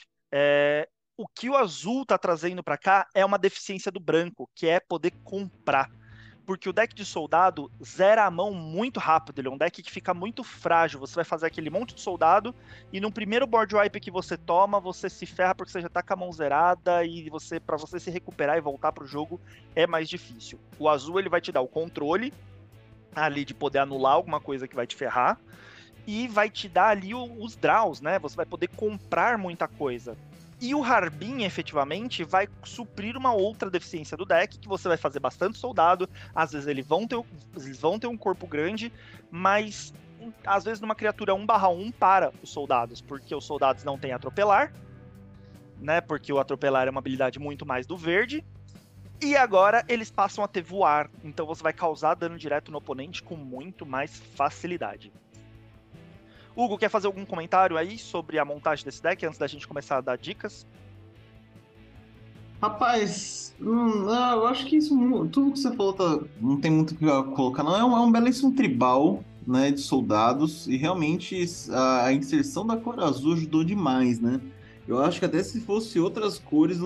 O que o azul tá trazendo para cá é uma deficiência do branco, que é poder comprar. Porque o deck de soldado zera a mão muito rápido. Ele é um deck que fica muito frágil. Você vai fazer aquele monte de soldado e no primeiro board wipe que você toma, você se ferra porque você já tá com a mão zerada e para você se recuperar e voltar pro jogo é mais difícil. O azul ele vai te dar o controle ali de poder anular alguma coisa que vai te ferrar e vai te dar ali os draws, né? Você vai poder comprar muita coisa. E o Harbin, efetivamente, vai suprir uma outra deficiência do deck, que você vai fazer bastante soldado, às vezes eles vão ter um corpo grande, mas às vezes numa criatura 1/1 para os soldados, porque os soldados não têm atropelar, né? Porque o atropelar é uma habilidade muito mais do verde, e agora eles passam a ter voar, então você vai causar dano direto no oponente com muito mais facilidade. Hugo, quer fazer algum comentário aí sobre a montagem desse deck antes da gente começar a dar dicas? Rapaz, não, eu acho que isso, tudo que você falou não tem muito o que colocar, não. É um belíssimo tribal, né, de soldados, e realmente a inserção da cor azul ajudou demais, né? Eu acho que até se fosse outras cores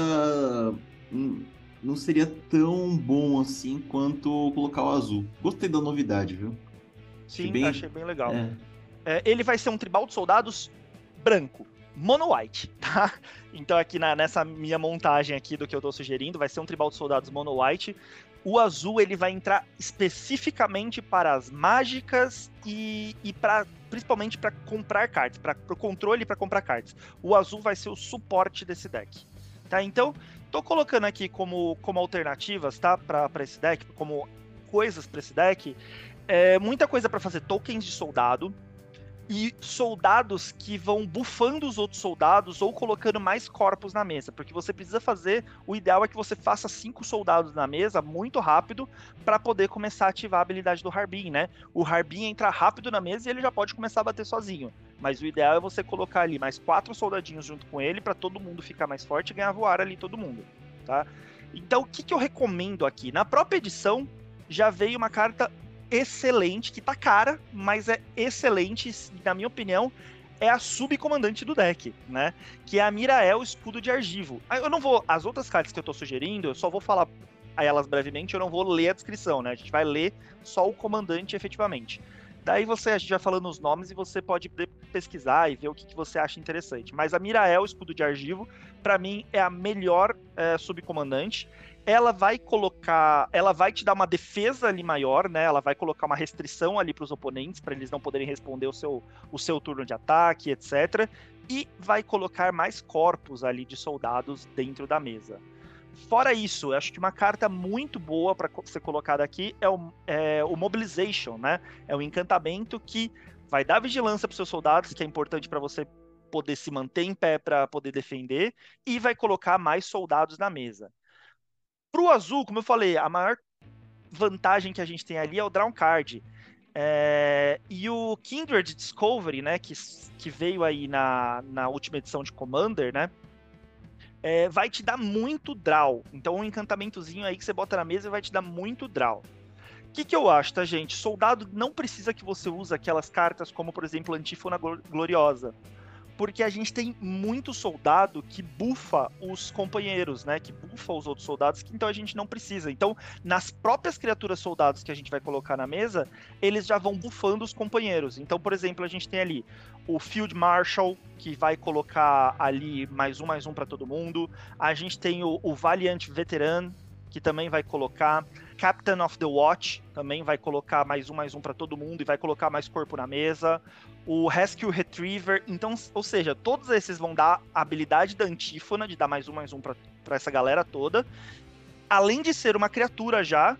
hum, não seria tão bom assim quanto colocar o azul. Gostei da novidade, viu? Achei Sim, bem. achei bem legal. É. Ele vai ser um tribal de soldados branco, mono white, tá? Então aqui nessa minha montagem aqui do que eu tô sugerindo, vai ser um tribal de soldados mono white. O azul ele vai entrar especificamente para as mágicas e para principalmente para comprar cartas, para o controle e para comprar cartas. O azul vai ser o suporte desse deck, tá? Então tô colocando aqui como alternativas, tá? Para esse deck, como coisas para esse deck, muita coisa para fazer tokens de soldado e soldados que vão bufando os outros soldados ou colocando mais corpos na mesa, porque você precisa fazer, o ideal é que você faça 5 soldados na mesa muito rápido para poder começar a ativar a habilidade do Harbin, né? O Harbin entra rápido na mesa e ele já pode começar a bater sozinho, mas o ideal é você colocar ali mais 4 soldadinhos junto com ele para todo mundo ficar mais forte e ganhar voar ali todo mundo, tá? Então, o que eu recomendo aqui? Na própria edição já veio uma carta excelente, que tá cara, mas é excelente, na minha opinião, é a subcomandante do deck, né? Que é a Mirael Escudo de Argivo. Eu não vou. As outras cartas que eu tô sugerindo, eu só vou falar a elas brevemente, eu não vou ler a descrição, né? A gente vai ler só o comandante efetivamente. Daí a gente vai falando os nomes e você pode pesquisar e ver o que você acha interessante. Mas a Mirael Escudo de Argivo, para mim, é a melhor subcomandante. Ela vai te dar uma defesa ali maior, né? Ela vai colocar uma restrição ali para os oponentes, para eles não poderem responder o seu turno de ataque, etc. E vai colocar mais corpos ali de soldados dentro da mesa. Fora isso, eu acho que uma carta muito boa para ser colocada aqui é o Mobilization, né? É um encantamento que vai dar vigilância para seus soldados, que é importante para você poder se manter em pé para poder defender, e vai colocar mais soldados na mesa. Pro azul, como eu falei, a maior vantagem que a gente tem ali é o Draw Card. E o Kindred Discovery, né, que veio aí na última edição de Commander, né, vai te dar muito draw. Então, um encantamentozinho aí que você bota na mesa vai te dar muito draw. O que eu acho, tá, gente? Soldado não precisa que você use aquelas cartas como, por exemplo, Antífona Gloriosa. Porque a gente tem muito soldado que bufa os companheiros, né? Que bufa os outros soldados, que então a gente não precisa. Então, nas próprias criaturas soldados que a gente vai colocar na mesa, eles já vão bufando os companheiros. Então, por exemplo, a gente tem ali o Field Marshal, que vai colocar ali mais um para todo mundo. A gente tem o Valiant Veteran, que também vai colocar. Captain of the Watch também vai colocar mais um para todo mundo e vai colocar mais corpo na mesa. O Rescue Retriever, então, ou seja, todos esses vão dar a habilidade da antífona, de dar mais um para essa galera toda, além de ser uma criatura já,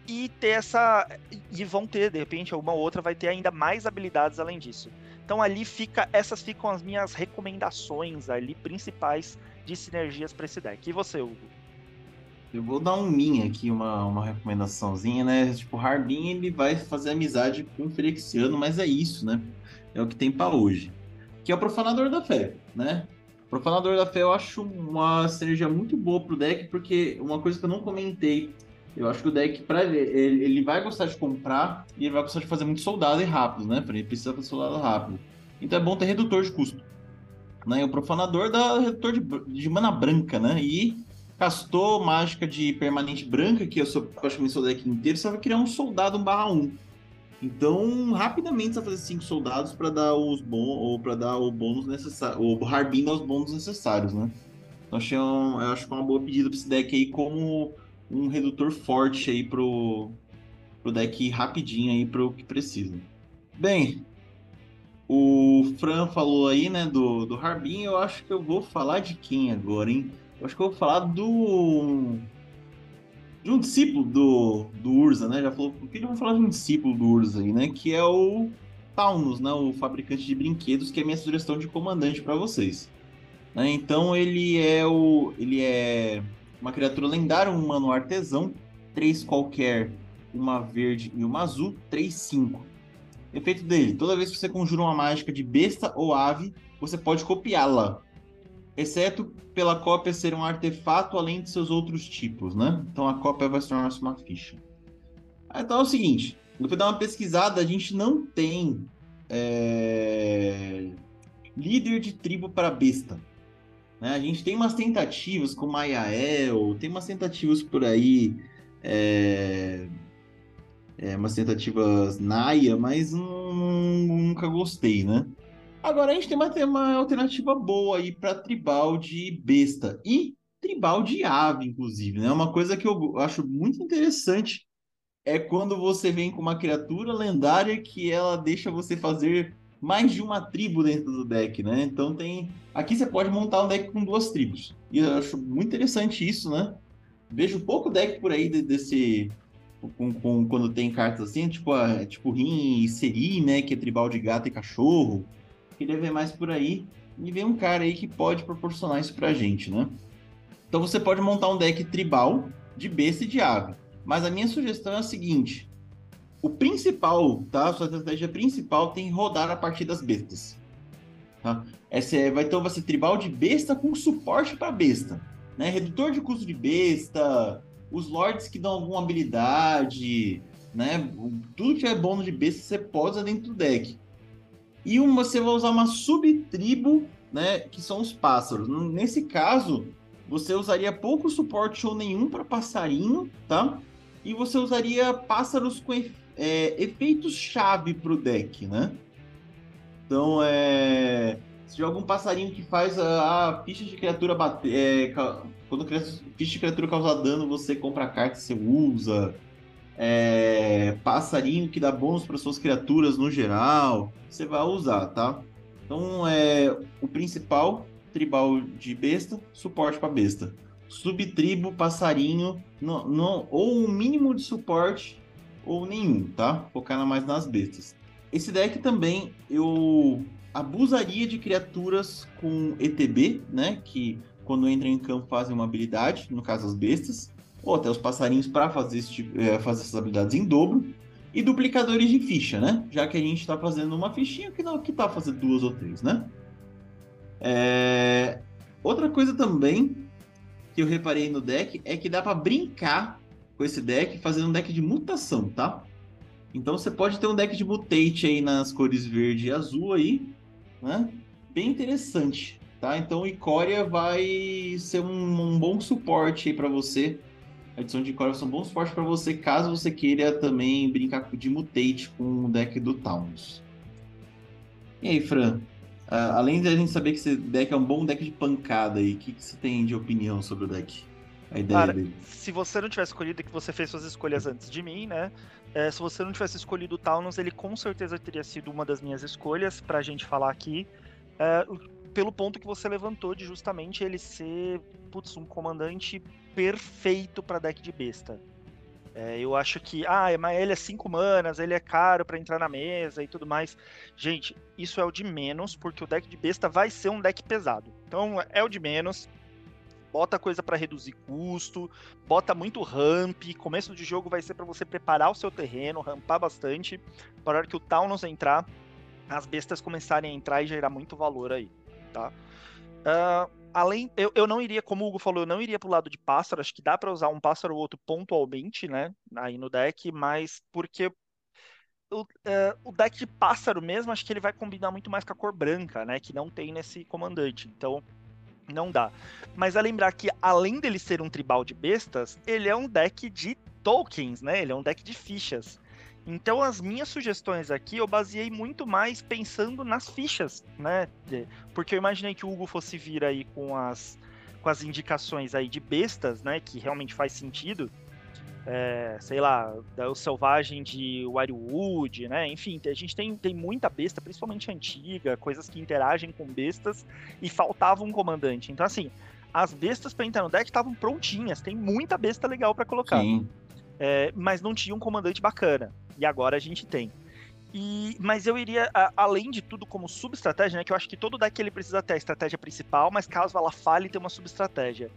e vão ter, de repente, alguma outra vai ter ainda mais habilidades além disso. Então essas ficam as minhas recomendações ali, principais de sinergias para esse deck. E você, Hugo? Eu vou dar um min aqui, uma recomendaçãozinha, né? Tipo, o Harbin, ele vai fazer amizade com o Phyrexiano, mas é isso, né? É o que tem para hoje. Que é o Profanador da Fé, né? Profanador da Fé eu acho uma sinergia muito boa pro deck, porque uma coisa que eu não comentei, eu acho que o deck, ele vai gostar de comprar e ele vai gostar de fazer muito soldado e rápido, né? Ele precisa fazer soldado rápido. Então é bom ter redutor de custo, né? E o Profanador dá redutor de mana branca, né? E castou mágica de permanente branca, que eu sou praticamente o deck inteiro, você vai criar um soldado 1/1. Então, rapidamente você vai fazer 5 soldados para dar os bons ou para dar o bônus necessário, o Harbin dá os bônus necessários, né? Então, eu acho que é uma boa pedida para esse deck aí como um redutor forte aí pro deck ir rapidinho aí pro que precisa. Bem, o Fran falou aí, né, do Harbin, eu acho que eu vou falar de quem agora, hein? Eu acho que eu vou falar de um discípulo do Urza, né? Já falou, por que eu vou falar de um discípulo do Urza aí, né? Que é o Taunus, né? O fabricante de brinquedos, que é a minha sugestão de comandante para vocês. Né? Então ele é uma criatura lendária, um humano artesão, 3 qualquer, uma verde e uma azul, 3/5. Efeito dele: toda vez que você conjura uma mágica de besta ou ave, você pode copiá-la. exceto pela cópia ser um artefato além de seus outros tipos, né? Então a cópia vai se tornar uma ficha. Então é o seguinte, eu fui dar uma pesquisada, a gente não tem líder de tribo para besta, né? A gente tem umas tentativas com Mayael, tem umas tentativas por aí, umas tentativas Naya, mas nunca gostei, né? Agora a gente tem uma alternativa boa aí para tribal de besta e tribal de ave, inclusive, né? Uma coisa que eu acho muito interessante é quando você vem com uma criatura lendária que ela deixa você fazer mais de uma tribo dentro do deck, né? Então tem. Aqui você pode montar um deck com 2 tribos. E eu acho muito interessante isso, né? Vejo pouco deck por aí desse. Quando tem cartas assim, tipo Rin e Seri, né? Que é tribal de gato e cachorro. Queria ver mais por aí. E ver um cara aí que pode proporcionar isso pra gente, né? Então você pode montar um deck tribal de besta e de ave. Mas a minha sugestão é a seguinte: o principal, tá? A sua estratégia principal tem que rodar a partir das bestas. Tá? Vai ser tribal de besta com suporte para besta. Né? Redutor de custo de besta, os lords que dão alguma habilidade, né? Tudo que é bônus de besta você pode usar dentro do deck. E você vai usar uma subtribo, né? Que são os pássaros. Nesse caso, você usaria pouco suporte ou nenhum para passarinho, tá? E você usaria pássaros com efeitos-chave para o deck, né? Então, se tiver algum passarinho que faz a ficha de criatura bater. Quando ficha de criatura causar dano, você compra a carta e você usa. Passarinho que dá bônus para suas criaturas no geral, você vai usar, tá? Então, o principal, tribal de besta, suporte para besta. Subtribo, passarinho, ou um mínimo de suporte, ou nenhum, tá? Focar mais nas bestas. Esse deck também, eu abusaria de criaturas com ETB, né? Que quando entram em campo fazem uma habilidade, no caso as bestas ou até os passarinhos para fazer, fazer essas habilidades em dobro, e duplicadores de ficha, né? Já que a gente está fazendo uma fichinha que tá fazendo 2 ou 3, né? Outra coisa também que eu reparei no deck é que dá para brincar com esse deck fazendo um deck de mutação, tá? Então você pode ter um deck de mutate aí nas cores verde e azul aí, né? Bem interessante, tá? Então Icória vai ser um bom suporte aí para você. A edição de Icória vai ser um bom suporte para você, caso você queira também brincar de mutate com o deck do Towns. E aí, Fran? Além de a gente saber que esse deck é um bom deck de pancada aí, o que você tem de opinião sobre o deck? A ideia Cara, dele. se você não tivesse escolhido, que você fez suas escolhas antes de mim, né? Se você não tivesse escolhido o Taunos, ele com certeza teria sido uma das minhas escolhas pra gente falar aqui. Pelo ponto que você levantou de justamente ele ser, um comandante perfeito pra deck de besta. Eu acho que, mas ele é 5 manas, ele é caro pra entrar na mesa e tudo mais. Gente, isso é o de menos, porque o deck de besta vai ser um deck pesado. Então, é o de menos. Bota coisa para reduzir custo, bota muito ramp, começo de jogo vai ser para você preparar o seu terreno, rampar bastante, para a hora que o Taunos entrar, as bestas começarem a entrar e gerar muito valor aí, tá? Eu não iria, como o Hugo falou, eu não iria pro lado de pássaro, acho que dá para usar um pássaro ou outro pontualmente, né, aí no deck, mas porque o deck de pássaro mesmo, acho que ele vai combinar muito mais com a cor branca, né, que não tem nesse comandante, então não dá. Mas é lembrar que, além dele ser um tribal de bestas, ele é um deck de tokens, né? Ele é um deck de fichas. Então, as minhas sugestões aqui, eu baseei muito mais pensando nas fichas, né? Porque eu imaginei que o Hugo fosse vir aí com as indicações aí de bestas, né? Que realmente faz sentido. Sei lá, o Selvagem de Wirewood, né? Enfim, a gente tem muita besta, principalmente antiga, coisas que interagem com bestas, e faltava um comandante. Então, assim, as bestas para entrar no deck estavam prontinhas, tem muita besta legal para colocar. Sim. Mas não tinha um comandante bacana. E agora a gente tem. Mas eu iria, além de tudo, como subestratégia, né? Que eu acho que todo deck ele precisa ter a estratégia principal, mas caso ela falhe, tem uma subestratégia.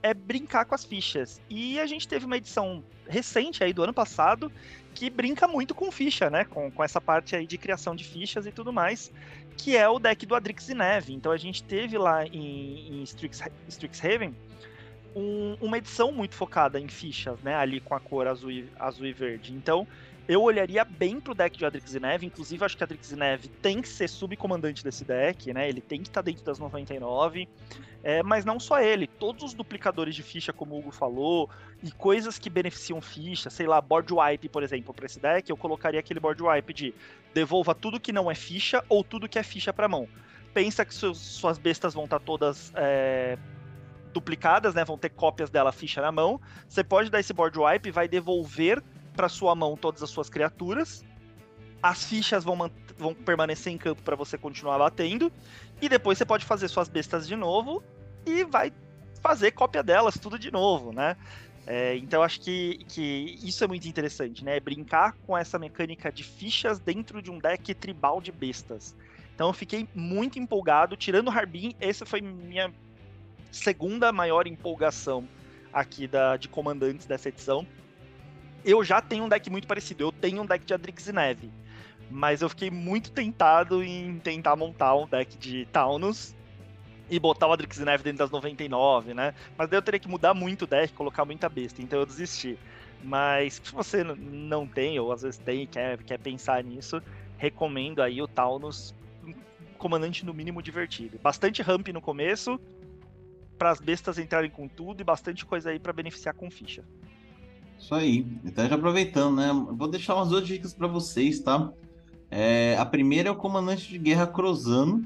é brincar com as fichas. E a gente teve uma edição recente aí do ano passado que brinca muito com ficha, né? Com essa parte aí de criação de fichas e tudo mais, que é o deck do Adrix e Neve. Então a gente teve lá em Strixhaven uma edição muito focada em fichas, né? Ali com a cor azul e verde. Então eu olharia bem pro deck de Adrix e Neve, inclusive acho que Adrix e Neve tem que ser subcomandante desse deck, né? Ele tem que estar dentro das 99, mas não só ele, todos os duplicadores de ficha, como o Hugo falou, e coisas que beneficiam ficha, sei lá, board wipe, por exemplo, para esse deck, eu colocaria aquele board wipe de devolva tudo que não é ficha ou tudo que é ficha para mão. Pensa que suas bestas vão estar todas duplicadas, né? Vão ter cópias dela ficha na mão. Você pode dar esse board wipe e vai devolver para sua mão todas as suas criaturas. As fichas vão permanecer em campo para você continuar batendo. E depois você pode fazer suas bestas de novo e vai fazer cópia delas tudo de novo, né? Então acho que isso é muito interessante, né? Brincar com essa mecânica de fichas dentro de um deck tribal de bestas. Então eu fiquei muito empolgado. Tirando o Harbin, essa foi minha segunda maior empolgação aqui de comandantes dessa edição. Eu já tenho um deck muito parecido, eu tenho um deck de Adrix e Neve, mas eu fiquei muito tentado em tentar montar um deck de Taunus e botar o Adrix e Neve dentro das 99, né? Mas daí eu teria que mudar muito o deck, colocar muita besta, então eu desisti. Mas se você não tem, ou às vezes tem e quer pensar nisso, recomendo aí o Taunus, um comandante no mínimo divertido. Bastante ramp no começo, para as bestas entrarem com tudo, e bastante coisa aí para beneficiar com ficha. Isso aí. Então, já aproveitando, né? Vou deixar umas duas dicas para vocês, tá? A primeira é o comandante de guerra Crozano.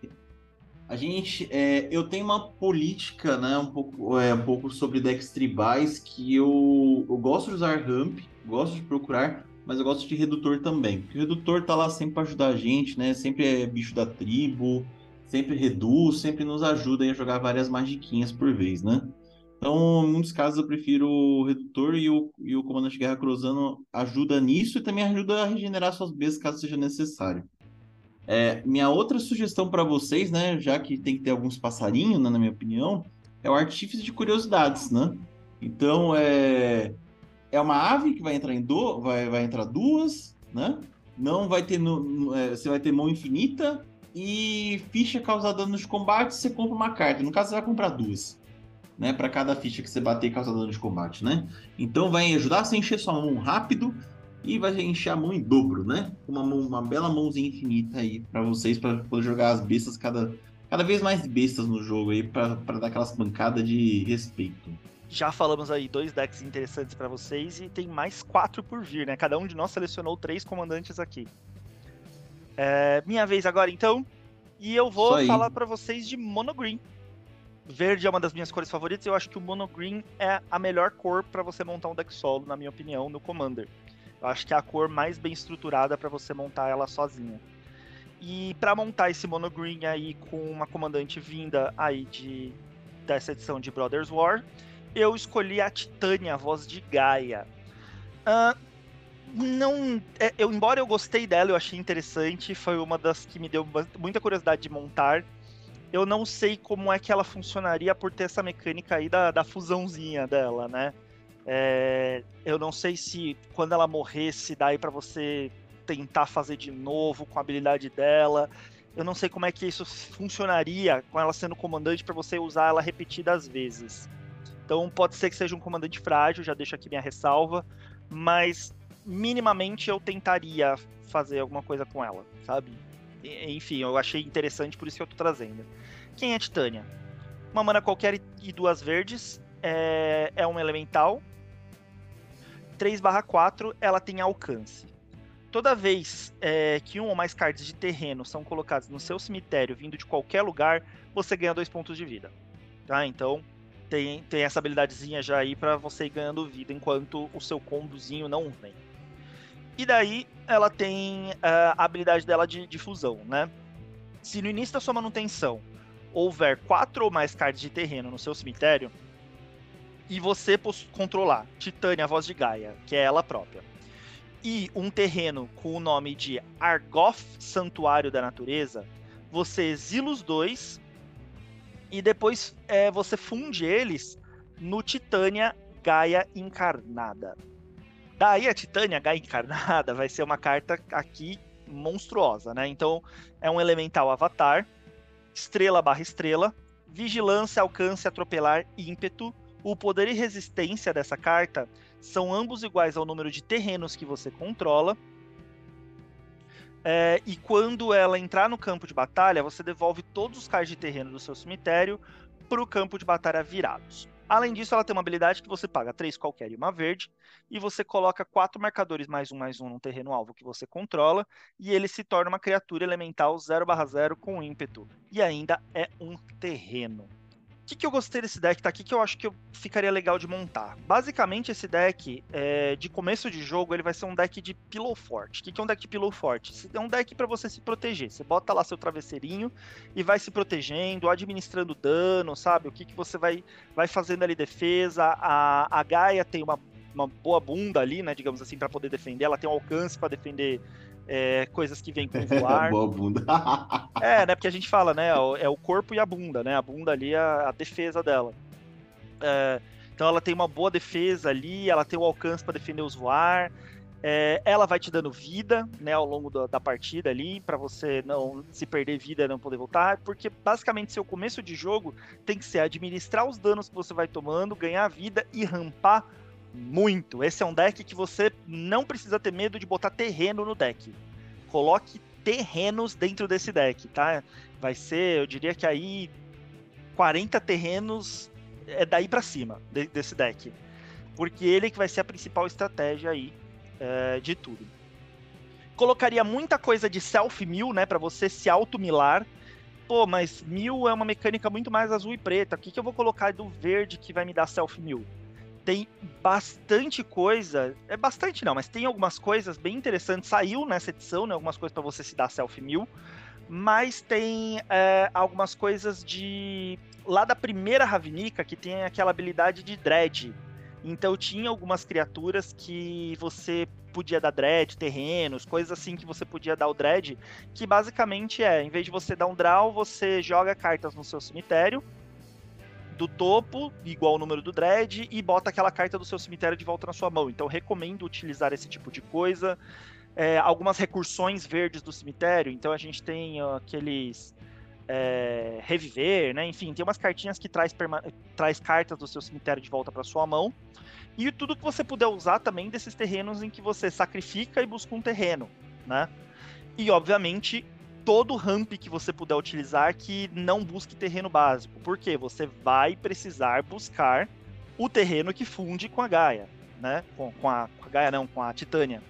Eu tenho uma política, né? Um pouco sobre decks tribais que eu gosto de usar ramp, gosto de procurar, mas eu gosto de redutor também. Porque o redutor tá lá sempre para ajudar a gente, né? Sempre é bicho da tribo, sempre reduz, sempre nos ajuda a jogar várias magiquinhas por vez, né? Então, em muitos casos, eu prefiro o Redutor e o Comandante de Guerra Cruzando ajuda nisso e também ajuda a regenerar suas bestas caso seja necessário. Minha outra sugestão para vocês, né, já que tem que ter alguns passarinhos, né, na minha opinião, é o Artífice de Curiosidades, né? Então, é uma ave que vai entrar vai entrar duas, né? Não vai ter você vai ter mão infinita e ficha causar dano de combate, você compra uma carta. No caso, você vai comprar duas, né, para cada ficha que você bater e causar dano de combate, né? Então vai ajudar você a encher sua mão rápido e vai encher a mão em dobro, né? Uma bela mãozinha infinita aí para vocês, para poder jogar as bestas cada vez mais bestas no jogo aí, para dar aquelas pancadas de respeito. Já falamos aí 2 decks interessantes para vocês e tem mais 4 por vir, né? Cada um de nós selecionou 3 comandantes aqui. Minha vez agora, então. E eu vou falar para vocês de Mono Green. Verde é uma das minhas cores favoritas e eu acho que o Mono Green é a melhor cor para você montar um deck solo, na minha opinião, no Commander. Eu acho que é a cor mais bem estruturada para você montar ela sozinha. E para montar esse Mono Green aí com uma comandante vinda aí dessa edição de Brothers War, eu escolhi a Titânia, a voz de Gaia. Embora eu gostei dela, eu achei interessante, foi uma das que me deu muita curiosidade de montar. Eu não sei como é que ela funcionaria por ter essa mecânica aí da fusãozinha dela, né? Eu não sei se quando ela morresse, dá aí pra você tentar fazer de novo com a habilidade dela. Eu não sei como é que isso funcionaria com ela sendo comandante para você usar ela repetidas vezes. Então pode ser que seja um comandante frágil, já deixo aqui minha ressalva, mas minimamente eu tentaria fazer alguma coisa com ela, sabe? Enfim, eu achei interessante, por isso que eu tô trazendo. Quem é Titânia? Uma mana qualquer e 2 verdes, é um elemental. 3/4, ela tem alcance. Toda vez que um ou mais cards de terreno são colocados no seu cemitério vindo de qualquer lugar, você ganha 2 pontos de vida. Tá? Então tem essa habilidadezinha já aí pra você ir ganhando vida enquanto o seu combozinho não vem. E daí ela tem a habilidade dela de fusão, né? Se no início da sua manutenção houver 4 ou mais cards de terreno no seu cemitério, e você controlar Titânia, a voz de Gaia, que é ela própria, e um terreno com o nome de Argoth, Santuário da Natureza, você exila os 2 e depois você funde eles no Titânia Gaia Encarnada. Daí a Titânia Gaia Encarnada vai ser uma carta aqui monstruosa, né? Então é um elemental avatar, estrela/estrela, vigilância, alcance, atropelar, ímpeto. O poder e resistência dessa carta são ambos iguais ao número de terrenos que você controla. E quando ela entrar no campo de batalha, você devolve todos os cards de terreno do seu cemitério para o campo de batalha virados. Além disso, ela tem uma habilidade que você paga 3 qualquer e uma verde, e você coloca 4 marcadores +1/+1 no terreno alvo que você controla, e ele se torna uma criatura elemental 0/0 com ímpeto, e ainda é um terreno. O que eu gostei desse deck tá aqui que eu acho que ficaria legal de montar? Basicamente, esse deck, de começo de jogo, ele vai ser um deck de Pillow Fort. O que é um deck de Pillow Fort? É um deck para você se proteger. Você bota lá seu travesseirinho e vai se protegendo, administrando dano, sabe? O que você vai fazendo ali defesa. A Gaia tem uma boa bunda ali, né? Digamos assim, para poder defender. Ela tem um alcance para defender coisas que vêm com voar. Boa bunda. Né? Porque a gente fala, né? É o corpo e a bunda, né? A bunda ali é a defesa dela. Então ela tem uma boa defesa ali, ela tem o alcance para defender os voar. Ela vai te dando vida, né? Ao longo da partida ali, para você não se perder vida e não poder voltar. Porque basicamente seu começo de jogo tem que ser administrar os danos que você vai tomando, ganhar vida e rampar muito. Esse é um deck que você não precisa ter medo de botar terreno no deck. Coloque terrenos dentro desse deck, tá? Vai ser, eu diria que aí 40 terrenos é daí pra cima desse deck. Porque ele que vai ser a principal estratégia aí de tudo. Colocaria muita coisa de self-mill, né? Pra você se auto-milar. Pô, mas mill é uma mecânica muito mais azul e preta. O que eu vou colocar do verde que vai me dar self-mill? Tem bastante coisa, bastante não, mas tem algumas coisas bem interessantes, saiu nessa edição, né, algumas coisas para você se dar self-mill, mas tem algumas coisas lá da primeira Ravnica, que tem aquela habilidade de dread, então tinha algumas criaturas que você podia dar dread, terrenos, coisas assim que você podia dar o dread, que basicamente em vez de você dar um draw, você joga cartas no seu cemitério, do topo, igual o número do dread, e bota aquela carta do seu cemitério de volta na sua mão. Então, recomendo utilizar esse tipo de coisa. Algumas recursões verdes do cemitério. Então, a gente tem aqueles reviver, né? Enfim, tem umas cartinhas que traz cartas do seu cemitério de volta para sua mão. E tudo que você puder usar também desses terrenos em que você sacrifica e busca um terreno, né? E, obviamente, todo ramp que você puder utilizar que não busque terreno básico. Porque você vai precisar buscar o terreno que funde com a Gaia, né? Com a Gaia não, com a Titânia.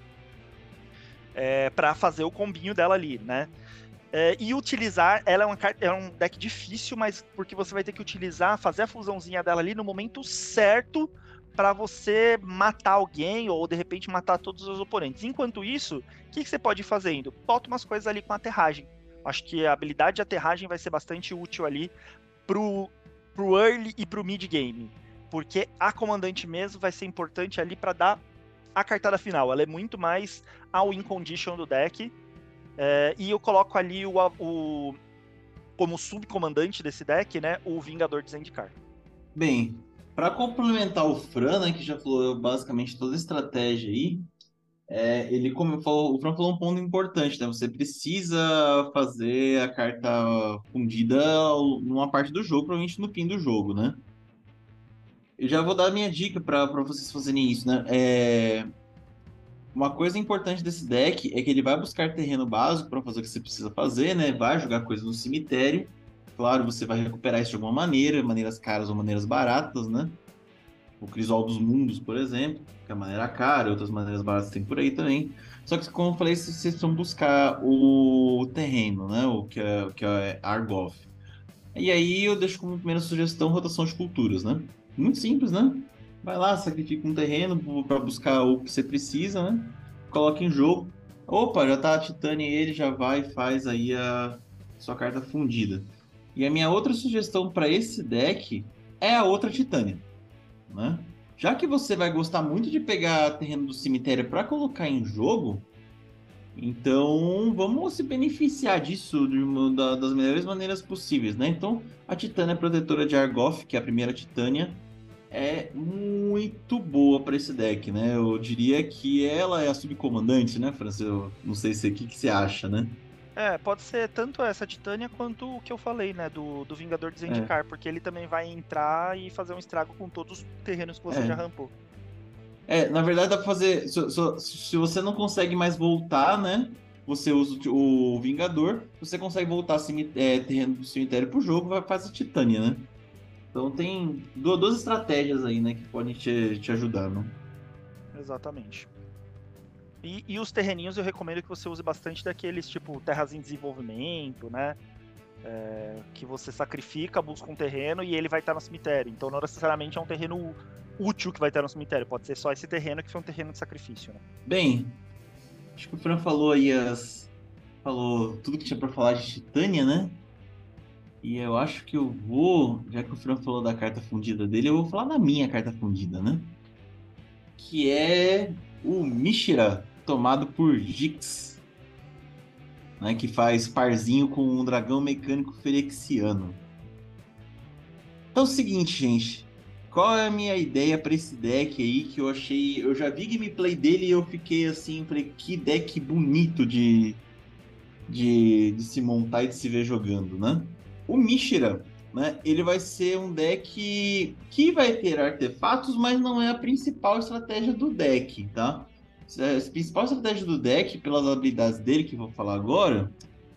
Para fazer o combinho dela ali, né? E utilizar, ela é um deck difícil, mas porque você vai ter que utilizar, fazer a fusãozinha dela ali no momento certo para você matar alguém ou de repente matar todos os oponentes. Enquanto isso, o que você pode ir fazendo? Bota umas coisas ali com aterragem. Acho que a habilidade de aterragem vai ser bastante útil ali pro early e pro mid game, porque a comandante mesmo vai ser importante ali para dar a cartada final. Ela é muito mais a win condition do deck. E eu coloco ali como subcomandante desse deck, né, o Vingador de Zendikar. Bem, para complementar o Fran, né, que já falou basicamente toda a estratégia aí, o Fran falou um ponto importante, né? Você precisa fazer a carta fundida numa parte do jogo, provavelmente no fim do jogo, né? Eu já vou dar a minha dica para vocês fazerem isso, né? Uma coisa importante desse deck é que ele vai buscar terreno básico para fazer o que você precisa fazer, né? Vai jogar coisas no cemitério. Claro, você vai recuperar isso de alguma maneira, maneiras caras ou maneiras baratas, né? O Crisol dos Mundos, por exemplo, que é a maneira cara, outras maneiras baratas tem por aí também. Só que, como eu falei, vocês precisam buscar o terreno, né? O que é Argoth. E aí eu deixo como primeira sugestão rotação de culturas, né? Muito simples, né? Vai lá, sacrifica um terreno para buscar o que você precisa, né? Coloca em jogo. Opa, já tá a Titânia e ele já vai e faz aí a sua carta fundida. E a minha outra sugestão para esse deck é a outra Titânia, né? Já que você vai gostar muito de pegar terreno do cemitério para colocar em jogo, então vamos se beneficiar disso das melhores maneiras possíveis, né? Então a Titânia Protetora de Argoth, que é a primeira Titânia, é muito boa para esse deck, né? Eu diria que ela é a subcomandante, né, França? Eu não sei se o que você acha, né? Pode ser tanto essa Titânia quanto o que eu falei, né, do Vingador de É, Zendikar, porque ele também vai entrar e fazer um estrago com todos os terrenos que você já é. rampou. Na verdade dá pra fazer. Se você não consegue mais voltar, né? Você usa o Vingador, você consegue voltar terreno do cemitério pro jogo, vai fazer Titânia, né? Então tem duas estratégias aí, né, que podem te ajudar, né? Exatamente. E os terreninhos eu recomendo que você use bastante daqueles tipo terras em desenvolvimento, né? Que você sacrifica, busca um terreno e ele vai estar no cemitério. Então não necessariamente é um terreno útil que vai estar no cemitério, pode ser só esse terreno que foi um terreno de sacrifício, né? Bem, acho que o Fran falou aí falou tudo que tinha pra falar de Titânia, né? E eu acho que eu vou, já que o Fran falou da carta fundida dele, eu vou falar da minha carta fundida, né? Que é o Mishra, tomado por Jix, né? Que faz parzinho com um dragão mecânico ferexiano. Então é o seguinte, gente. Qual é a minha ideia para esse deck aí que eu achei. Eu já vi gameplay dele e eu fiquei assim, falei, que deck bonito de se montar e de se ver jogando, né? O Mishra, né? Ele vai ser um deck que vai ter artefatos, mas não é a principal estratégia do deck, tá? A principal estratégia do deck, pelas habilidades dele, que eu vou falar agora,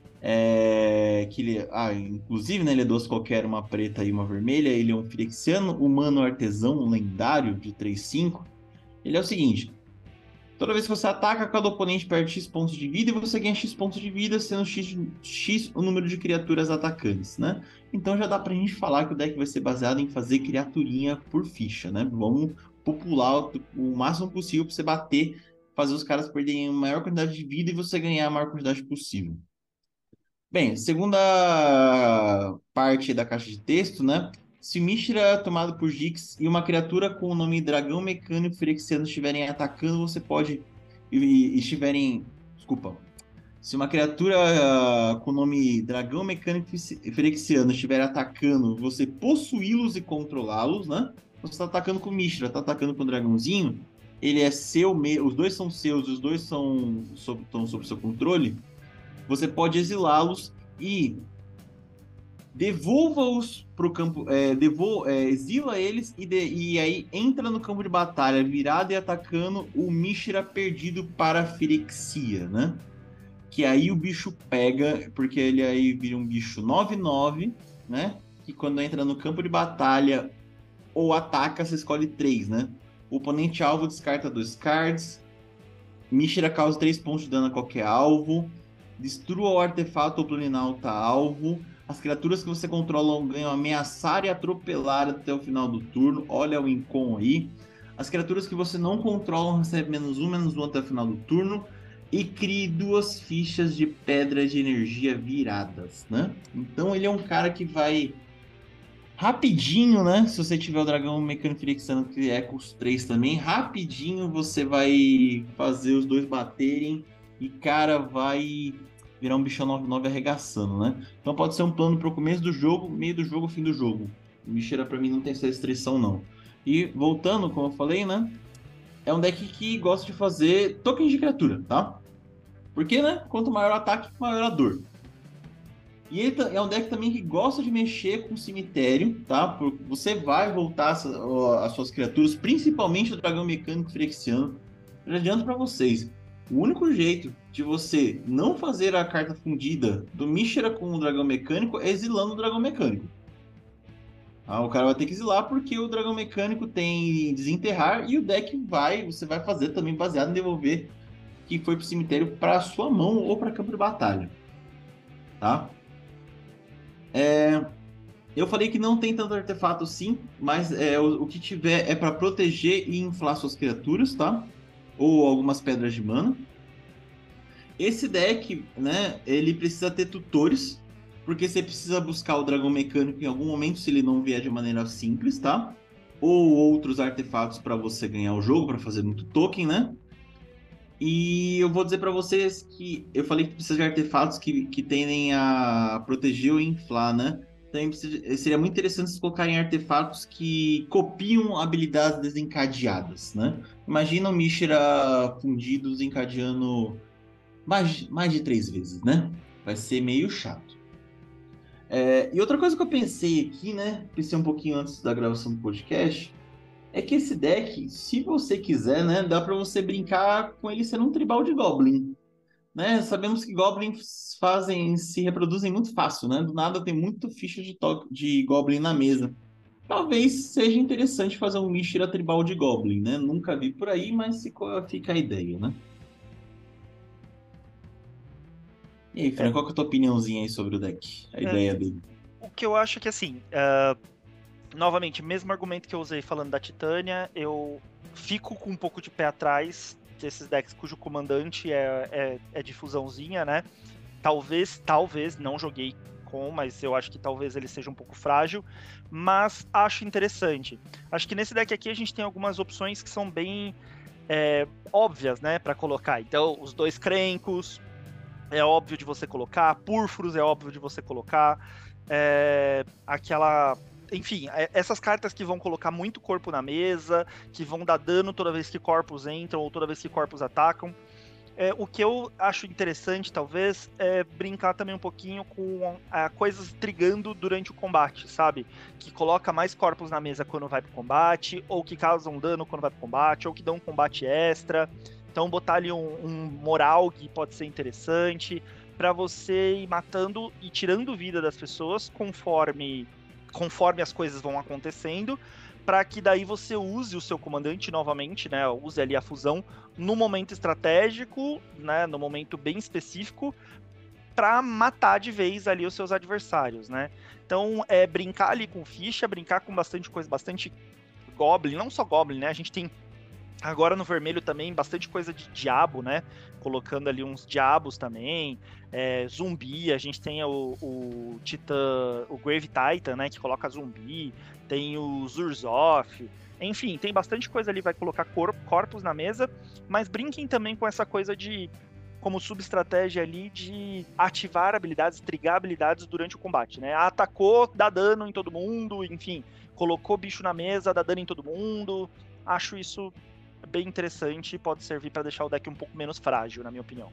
que ele, inclusive, né, ele é duas qualquer, uma preta e uma vermelha. Ele é um Phyrexiano humano artesão, um lendário de 3/5. Ele é o seguinte: toda vez que você ataca, cada oponente perde X pontos de vida e você ganha X pontos de vida, sendo X o número de criaturas atacantes, né? Então já dá pra gente falar que o deck vai ser baseado em fazer criaturinha por ficha, né? Vamos popular o máximo possível pra você bater, fazer os caras perderem a maior quantidade de vida e você ganhar a maior quantidade possível. Bem, segunda parte da caixa de texto, né? Se Mishra é tomado por Jix e uma criatura com o nome Dragão Mecânico Phyrexiano estiverem atacando, você pode. E estiverem. Desculpa. Se uma criatura com o nome Dragão Mecânico Phyrexiano estiver atacando, você possuí-los e controlá-los, né? Você está atacando com Mishra, está atacando com o dragãozinho. Ele é seu, os dois são seus, os dois estão sob seu controle. Você pode exilá-los e devolva-os para o campo, exila eles e aí entra no campo de batalha, virado e atacando o Mishra perdido para a Firexia, né? Que aí o bicho pega, porque ele aí vira um bicho 9/9, né? Que quando entra no campo de batalha ou ataca, você escolhe 3, né? O oponente alvo descarta 2 cards, Mishra causa 3 pontos de dano a qualquer alvo. Destrua o artefato ou planinauta alvo. As criaturas que você controla ganham ameaçar e atropelar até o final do turno. Olha o Incon aí. As criaturas que você não controla recebem -1/-1 até o final do turno. E crie 2 fichas de pedra de energia viradas, né? Então ele é um cara que vai rapidinho, né? Se você tiver o dragão mecânico Phyrexiano, que é com os 3 também, rapidinho você vai fazer os dois baterem e, cara, vai virar um bichão 9/9 arregaçando, né? Então pode ser um plano para o começo do jogo, meio do jogo, fim do jogo. Bicheira para mim não tem essa restrição, não. E voltando, como eu falei, né? É um deck que gosta de fazer tokens de criatura, tá? Porque, né? Quanto maior o ataque, maior a dor. E ele é um deck também que gosta de mexer com o cemitério, tá? Você vai voltar as suas criaturas, principalmente o dragão mecânico Phyrexiano. Eu adianto para vocês, o único jeito de você não fazer a carta fundida do Mishra com o dragão mecânico é exilando o dragão mecânico. O cara vai ter que exilar porque o dragão mecânico tem desenterrar e o deck você vai fazer também baseado em devolver que foi pro cemitério para sua mão ou para campo de batalha, tá? Eu falei que não tem tanto artefato sim, mas o que tiver é para proteger e inflar suas criaturas, tá? Ou algumas pedras de mana. Esse deck, né, ele precisa ter tutores, porque você precisa buscar o dragão mecânico em algum momento se ele não vier de maneira simples, tá? Ou outros artefatos para você ganhar o jogo, para fazer muito token, né? E eu vou dizer para vocês que eu falei que precisa de artefatos que tendem a proteger ou inflar, né? Seria muito interessante se colocarem artefatos que copiam habilidades desencadeadas, né? Imagina o Mishra fundido desencadeando mais de 3 vezes, né? Vai ser meio chato. E outra coisa que eu pensei aqui, né? Pensei um pouquinho antes da gravação do podcast, é que esse deck, se você quiser, né? Dá pra você brincar com ele sendo um tribal de Goblin, né? Sabemos que Goblins se reproduzem muito fácil, né? Do nada tem muito ficha de Goblin na mesa. Talvez seja interessante fazer um Mishra tribal de Goblin, né? Nunca vi por aí, mas fica a ideia, né? E aí, Fran, qual que é a tua opiniãozinha aí sobre o deck? A ideia dele? O que eu acho que, assim, novamente, mesmo argumento que eu usei falando da Titânia, eu fico com um pouco de pé atrás desses decks cujo comandante é difusãozinha, né? Talvez, não joguei com, mas eu acho que talvez ele seja um pouco frágil, mas acho interessante. Acho que nesse deck aqui a gente tem algumas opções que são bem óbvias, né, para colocar. Então, os 2 Krenkos, é óbvio de você colocar, Púrfuros é óbvio de você colocar, enfim, essas cartas que vão colocar muito corpo na mesa, que vão dar dano toda vez que corpos entram ou toda vez que corpos atacam. O que eu acho interessante, talvez, é brincar também um pouquinho com coisas trigando durante o combate, sabe? Que coloca mais corpos na mesa quando vai pro combate, ou que causam dano quando vai pro combate, ou que dão um combate extra. Então botar ali um Moralg pode ser interessante, para você ir matando e tirando vida das pessoas conforme as coisas vão acontecendo, para que daí você use o seu comandante novamente, né? Use ali a fusão no momento estratégico, né? No momento bem específico, para matar de vez ali os seus adversários, né? Então, brincar ali com ficha, brincar com bastante coisa, bastante Goblin, não só Goblin, né? A gente tem agora no vermelho também bastante coisa de diabo, né? Colocando ali uns diabos também. Zumbi, a gente tem o Titã, o Grave Titan, né? Que coloca zumbi. Tem o Zurzoff. Enfim, tem bastante coisa ali, vai colocar corpos na mesa. Mas brinquem também com essa coisa de, como subestratégia ali, de ativar habilidades, trigar habilidades durante o combate, né? Atacou, dá dano em todo mundo, enfim. Colocou bicho na mesa, dá dano em todo mundo. Acho isso bem interessante e pode servir para deixar o deck um pouco menos frágil, na minha opinião.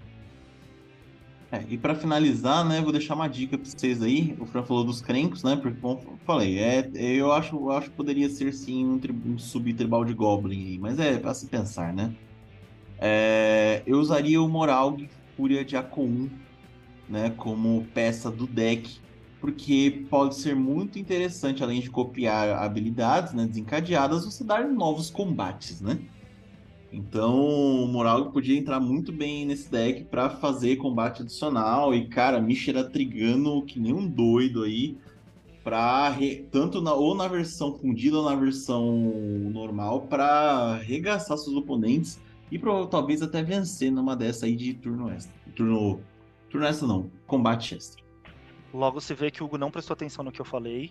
E para finalizar, né, vou deixar uma dica para vocês aí. O Fran falou dos Krenkos, né? Porque, como eu falei, eu acho que poderia ser sim um sub-tribal de Goblin aí, mas para se pensar, né? Eu usaria o Moralg Fúria de Akon, né, como peça do deck, porque pode ser muito interessante, além de copiar habilidades, né, desencadeadas, você dar novos combates, né? Então, o Moralgo podia entrar muito bem nesse deck para fazer combate adicional. E, cara, Mishra trigando que nem um doido aí. Tanto ou na versão fundida ou na versão normal, para arregaçar seus oponentes. E talvez até vencer numa dessa aí de turno extra. Turno extra não, combate extra. Logo se vê que o Hugo não prestou atenção no que eu falei.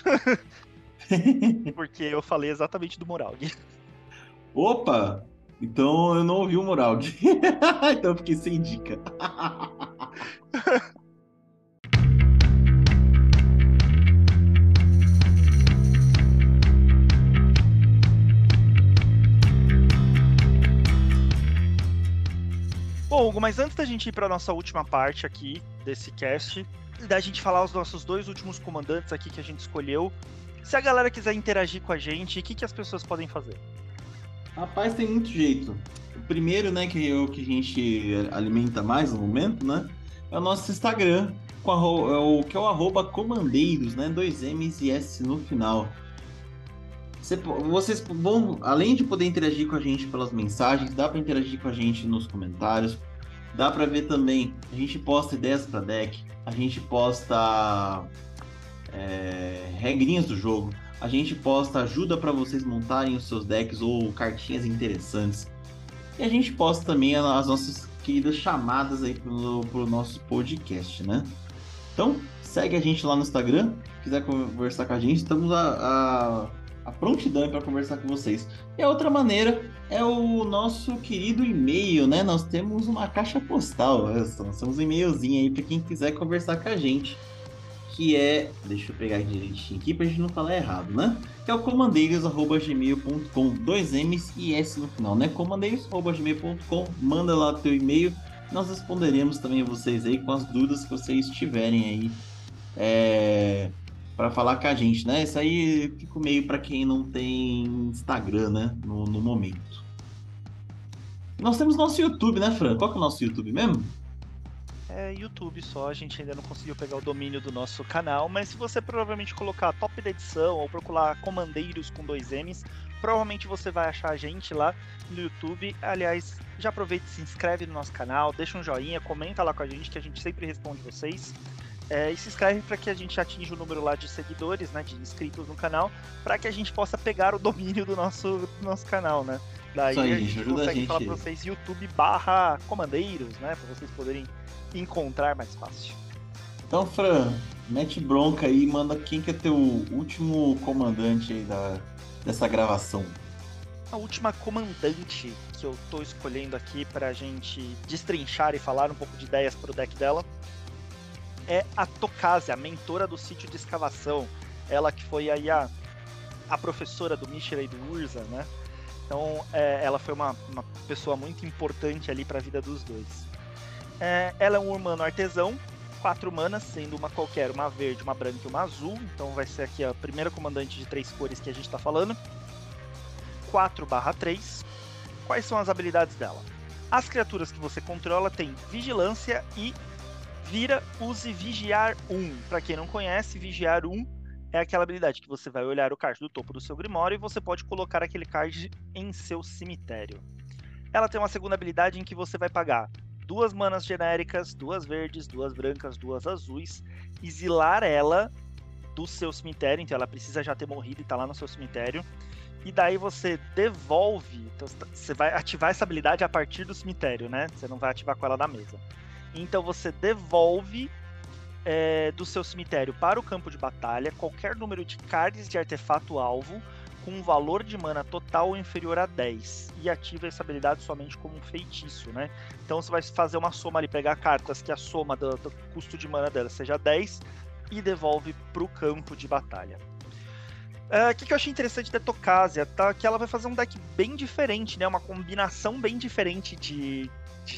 Porque eu falei exatamente do Moralg. Opa! Então eu não ouvi o Moralg. Então eu fiquei sem dica. Bom, Hugo, mas antes da gente ir para nossa última parte aqui desse cast, da gente falar os nossos 2 últimos comandantes aqui que a gente escolheu, se a galera quiser interagir com a gente, o que as pessoas podem fazer? Rapaz, tem muito jeito. O primeiro, né, que é o que a gente alimenta mais no momento, né, é o nosso Instagram, que é o @comandeiros, né, 2 M's e S no final. Vocês vão, além de poder interagir com a gente pelas mensagens, dá para interagir com a gente nos comentários, dá para ver também, a gente posta ideias para deck, a gente posta regrinhas do jogo, a gente posta ajuda para vocês montarem os seus decks ou cartinhas interessantes. E a gente posta também as nossas queridas chamadas aí pro nosso podcast, né? Então, segue a gente lá no Instagram. Se quiser conversar com a gente, estamos a prontidão para conversar com vocês. E a outra maneira é o nosso querido e-mail, né? Nós temos uma caixa postal, nós temos um e-mailzinho aí para quem quiser conversar com a gente. que é, deixa eu pegar direitinho aqui pra gente não falar errado, né? Que é o comandeiros@gmail.com, 2 M's e S no final, né? comandeiros@gmail.com, manda lá teu e-mail, nós responderemos também a vocês aí com as dúvidas que vocês tiverem aí para falar com a gente, né? Isso aí fica meio para quem não tem Instagram, né? No momento. Nós temos nosso YouTube, né, Fran? Qual que é o nosso YouTube mesmo? É YouTube só, a gente ainda não conseguiu pegar o domínio do nosso canal, mas se você provavelmente colocar top da edição ou procurar Comandeiros com 2 M's, provavelmente você vai achar a gente lá no YouTube. Aliás, já aproveita e se inscreve no nosso canal, deixa um joinha, comenta lá com a gente sempre responde vocês. E se inscreve para que a gente atinja o número lá de seguidores, né, de inscritos no canal, para que a gente possa pegar o domínio do nosso canal, né? Daí Isso aí, a gente ajuda a consegue gente falar aí. para vocês YouTube/Comandeiros, né, para vocês poderem encontrar mais fácil. Então, Fran, mete bronca aí, manda quem que é teu último comandante aí dessa gravação. A última comandante que eu tô escolhendo aqui pra gente destrinchar e falar um pouco de ideias pro deck dela é a Tokazia, a mentora do sítio de escavação. Ela que foi aí a professora do Mishra e do Urza, né? Então ela foi uma pessoa muito importante ali pra vida dos dois. Ela é um humano artesão, 4 manas, sendo uma qualquer, uma verde, uma branca e uma azul. Então vai ser aqui a primeira comandante de 3 cores que a gente está falando. 4/3. Quais são as habilidades dela? As criaturas que você controla têm vigilância e use vigiar 1. Para quem não conhece, vigiar 1 é aquela habilidade que você vai olhar o card do topo do seu Grimório e você pode colocar aquele card em seu cemitério. Ela tem uma segunda habilidade em que você vai pagar 2 manas genéricas, 2 verdes, 2 brancas, 2 azuis, exilar ela do seu cemitério, então ela precisa já ter morrido e tá lá no seu cemitério, e daí você devolve, então você vai ativar essa habilidade a partir do cemitério, né? Você não vai ativar com ela na mesa. Então você devolve do seu cemitério para o campo de batalha qualquer número de cards de artefato alvo com um valor de mana total inferior a 10 e ativa essa habilidade somente como um feitiço, né? Então você vai fazer uma soma ali, pegar cartas que a soma do custo de mana dela seja 10 e devolve para o campo de batalha. O que eu achei interessante da Tokazia, tá? Que ela vai fazer um deck bem diferente, né? Uma combinação bem diferente de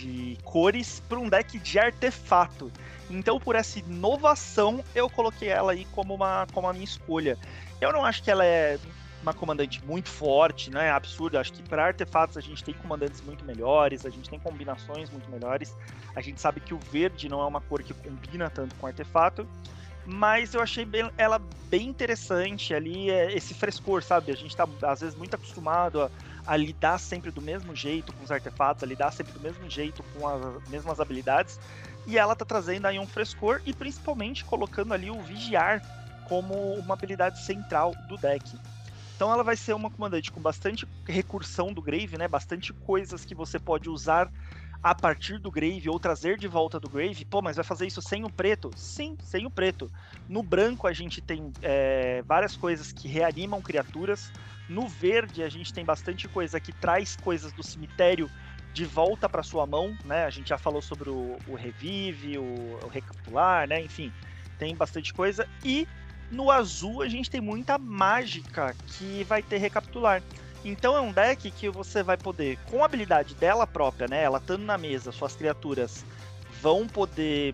cores para um deck de artefato. Então, por essa inovação, eu coloquei ela aí como a minha escolha. Eu não acho que ela é uma comandante muito forte, né? Absurdo. Acho que para artefatos a gente tem comandantes muito melhores, a gente tem combinações muito melhores. A gente sabe que o verde não é uma cor que combina tanto com artefato, mas eu achei ela bem interessante ali, esse frescor, sabe? A gente tá às vezes muito acostumado a lidar sempre do mesmo jeito com os artefatos, a lidar sempre do mesmo jeito com as mesmas habilidades, e ela tá trazendo aí um frescor e principalmente colocando ali o vigiar como uma habilidade central do deck. Então ela vai ser uma comandante com bastante recursão do Grave, né? Bastante coisas que você pode usar a partir do Grave ou trazer de volta do Grave. Pô, mas vai fazer isso sem o preto? Sim, sem o preto. No branco a gente tem várias coisas que reanimam criaturas. No verde a gente tem bastante coisa que traz coisas do cemitério de volta para sua mão, né? A gente já falou sobre o Revive, o Recapitular, né? Enfim, tem bastante coisa. E no azul a gente tem muita mágica que vai ter Recapitular. Então é um deck que você vai poder, com a habilidade dela própria, né? Ela estando na mesa, suas criaturas vão poder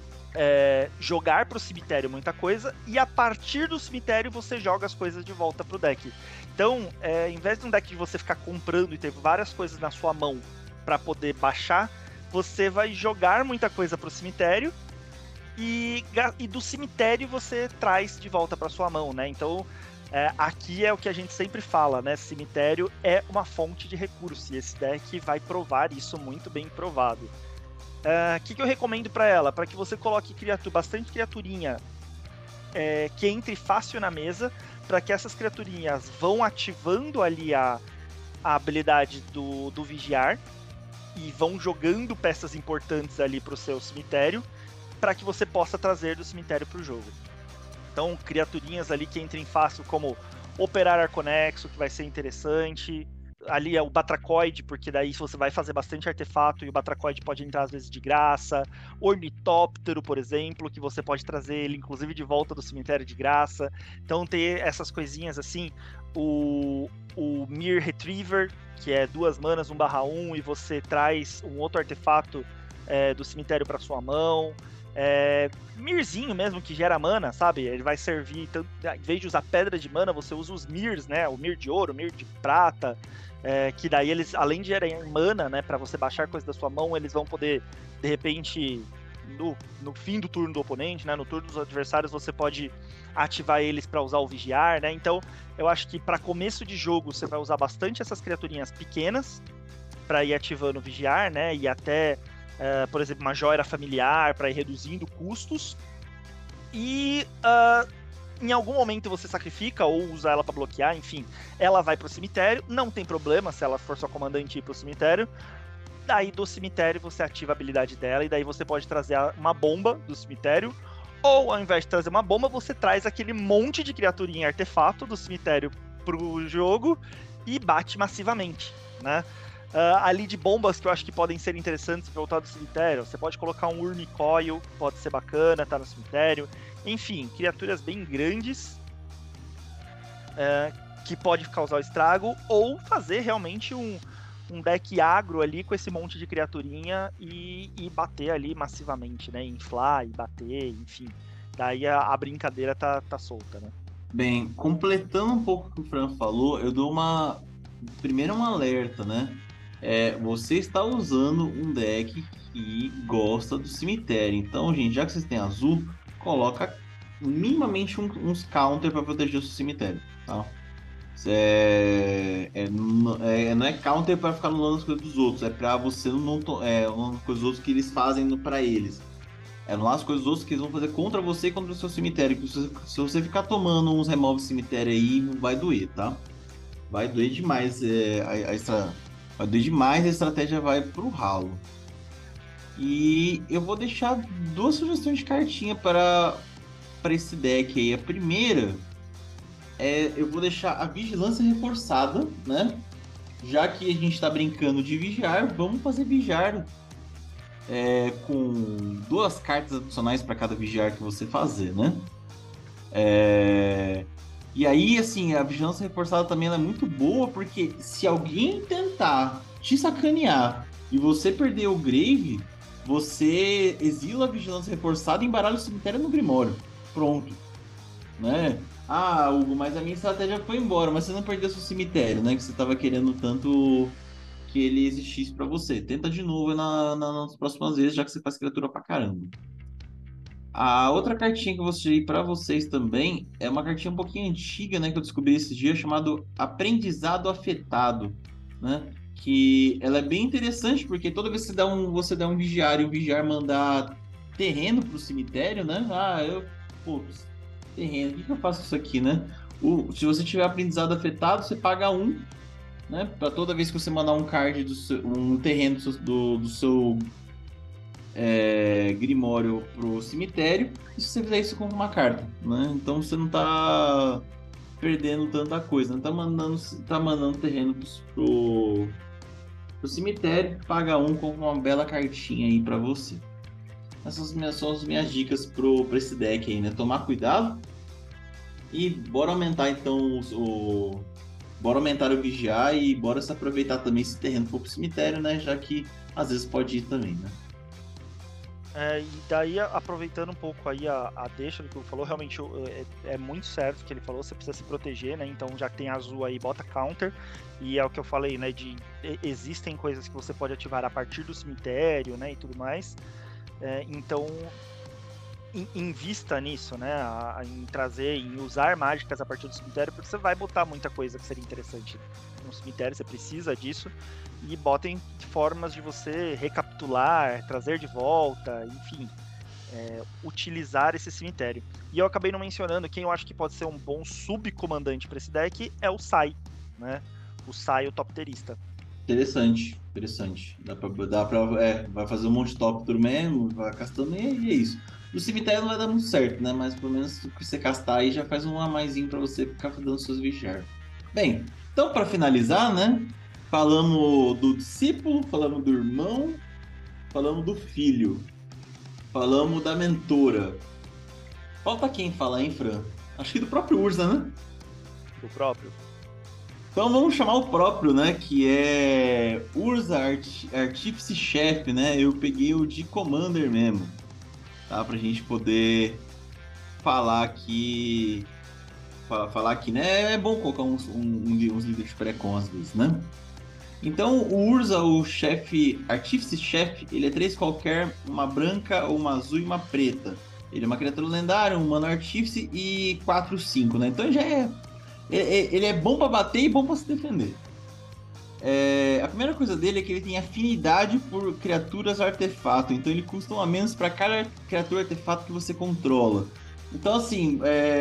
jogar pro cemitério muita coisa, e a partir do cemitério você joga as coisas de volta pro deck. Então, em vez de um deck de você ficar comprando e ter várias coisas na sua mão para poder baixar, você vai jogar muita coisa pro cemitério e do cemitério você traz de volta para sua mão, né? Então, aqui é o que a gente sempre fala, né? Cemitério é uma fonte de recurso e esse deck vai provar isso muito bem provado. O que eu recomendo para ela? Para que você coloque bastante criaturinha que entre fácil na mesa, para que essas criaturinhas vão ativando ali a habilidade do vigiar e vão jogando peças importantes ali para o seu cemitério, para que você possa trazer do cemitério para o jogo. Então, criaturinhas ali que entrem fácil, como Operar Arconexo, que vai ser interessante. ali é o Batracoide, porque daí você vai fazer bastante artefato e o Batracoide pode entrar às vezes de graça. Ornitóptero, por exemplo, que você pode trazer ele inclusive de volta do cemitério de graça. Então ter essas coisinhas assim, o Mir Retriever, que é 2 manas, 1/1, e você traz um outro artefato do cemitério para sua mão. Mirzinho mesmo, que gera mana, sabe? Ele vai servir, tanto, em vez de usar pedra de mana, você usa os Mirs, né? O Mir de ouro, o Mir de prata, que daí eles, além de gerarem mana, né, para você baixar coisa da sua mão, eles vão poder, de repente, no fim do turno do oponente, né, no turno dos adversários, você pode ativar eles para usar o vigiar, né? Então, eu acho que para começo de jogo você vai usar bastante essas criaturinhas pequenas para ir ativando o vigiar, né? E até por exemplo, uma joia familiar para ir reduzindo custos. E em algum momento você sacrifica ou usa ela para bloquear, enfim, ela vai pro cemitério, não tem problema se ela for sua comandante ir pro cemitério. Daí do cemitério você ativa a habilidade dela e daí você pode trazer uma bomba do cemitério, ou ao invés de trazer uma bomba, você traz aquele monte de criaturinha artefato do cemitério pro jogo e bate massivamente, né? Ali de bombas que eu acho que podem ser interessantes voltar do cemitério. Você pode colocar um Urnicoil, pode ser bacana, tá no cemitério. Enfim, criaturas bem grandes que pode causar o estrago, ou fazer realmente um deck agro ali com esse monte de criaturinha e bater ali massivamente, né? Inflar e bater, enfim. Daí a brincadeira tá solta, né? Bem, completando um pouco o que o Fran falou, eu dou primeiro um alerta, né? Você está usando um deck que gosta do cemitério. Então, gente, já que vocês têm azul, coloca minimamente uns counter para proteger o seu cemitério, tá? Não é counter para ficar anulando as coisas dos outros, é para você não as coisas dos outros que eles fazem para eles. Anular as coisas dos outros que eles vão fazer contra você e contra o seu cemitério. Se você ficar tomando uns remove cemitério aí, vai doer, tá? Vai doer demais vai doer demais, a estratégia vai pro ralo. E eu vou deixar 2 sugestões de cartinha para esse deck aí. A primeira eu vou deixar a vigilância reforçada, né? Já que a gente está brincando de vigiar, vamos fazer vigiar com 2 cartas adicionais para cada vigiar que você fazer, né? E aí, assim, a vigilância reforçada também é muito boa, porque se alguém tentar te sacanear e você perder o Grave, você exila a vigilância reforçada e embaralha o cemitério no Grimório. Pronto. Né? Ah, Hugo, mas a minha estratégia foi embora, mas você não perdeu seu cemitério, né? Que você estava querendo tanto que ele existisse para você. Tenta de novo nas próximas vezes, já que você faz criatura pra caramba. A outra cartinha que eu vou sugerir para vocês também é uma cartinha um pouquinho antiga, né, que eu descobri esses dias, chamado Aprendizado Afetado, né? Que ela é bem interessante porque toda vez que você dá um vigiar e o vigiar mandar terreno pro cemitério, né? Terreno, o que eu faço com isso aqui, né? Se você tiver aprendizado afetado, você paga 1, né? Para toda vez que você mandar um card um terreno do seu Grimório pro cemitério, e se você fizer isso com uma carta, né? Então você não tá perdendo tanta coisa, né? Tá mandando terreno pro cemitério, paga 1 com uma bela cartinha aí para você. Essas são as minhas dicas pra esse deck aí, né? Tomar cuidado e bora aumentar então bora aumentar o vigiar e bora se aproveitar também esse terreno pro cemitério, né? Já que às vezes pode ir também, né? E daí, aproveitando um pouco aí a deixa do que ele falou, realmente é muito certo o que ele falou, você precisa se proteger, né? Então, já que tem azul aí, bota counter. E é o que eu falei, né? Existem coisas que você pode ativar a partir do cemitério, né? E tudo mais. Então, invista nisso, né? Em trazer, em usar mágicas a partir do cemitério, porque você vai botar muita coisa que seria interessante no cemitério, você precisa disso. E botem formas de você recapitular, trazer de volta, enfim, utilizar esse cemitério. E eu acabei não mencionando, quem eu acho que pode ser um bom subcomandante para esse deck é o Sai, né? O Sai, o topterista. Interessante. Vai fazer um monte de top tour mesmo, vai castando e é isso. No cemitério não vai dar muito certo, né? Mas pelo menos se você castar aí já faz um a maisinho pra você ficar dando seus vigiar. Bem, então para finalizar, né? Falamos do discípulo, falamos do irmão, falamos do filho, falamos da mentora. Falta quem falar, hein, Fran? Acho que do próprio Urza, né? Do próprio. Então vamos chamar o próprio, né? Que é Urza Artífice-Chefe, né? Eu peguei o de Commander mesmo, tá? Pra gente poder falar aqui. Falar aqui, né? É bom colocar uns líderes pré-com às vezes, né? Então o Urza, o chefe, Artífice-Chefe, ele é 3 qualquer, uma branca, uma azul e uma preta. Ele é uma criatura lendária, um mano artífice e 4/5, né? Então já é. Ele é bom pra bater e bom pra se defender. A primeira coisa dele é que ele tem afinidade por criaturas artefato. Então ele custa 1 a menos pra cada criatura artefato que você controla. Então assim,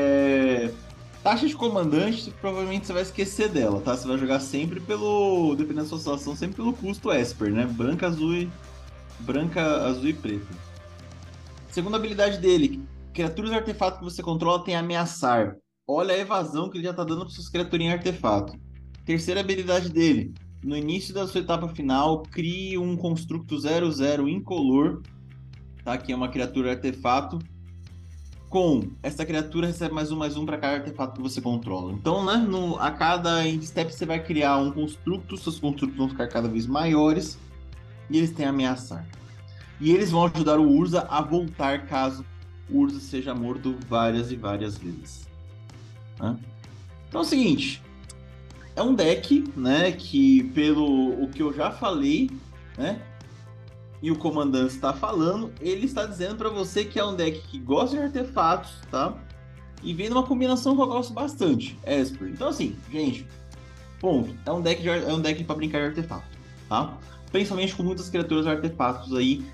taxa de comandante, provavelmente você vai esquecer dela, tá? Você vai jogar sempre pelo, dependendo da sua situação, sempre pelo custo Esper, né? Branca, azul e preta. Segunda habilidade dele, criaturas artefato que você controla tem ameaçar. Olha a evasão que ele já tá dando para suas criaturinhas artefato. Terceira habilidade dele, no início da sua etapa final, crie um construto 0/0 incolor, tá? Que é uma criatura artefato. Essa criatura recebe +1/+1 para cada artefato que você controla. Então, né, a cada end step você vai criar um construto, seus construtos vão ficar cada vez maiores e eles têm ameaçar. E eles vão ajudar o Urza a voltar caso o Urza seja morto várias e várias vezes. Né? Então é o seguinte, é um deck, né, que pelo o que eu já falei, né, e o comandante está falando, ele está dizendo para você que é um deck que gosta de artefatos, tá? E vem numa combinação que eu gosto bastante, Esper. Então assim, gente, ponto. É um deck para brincar de artefato, tá? Principalmente com muitas criaturas artefatos aí.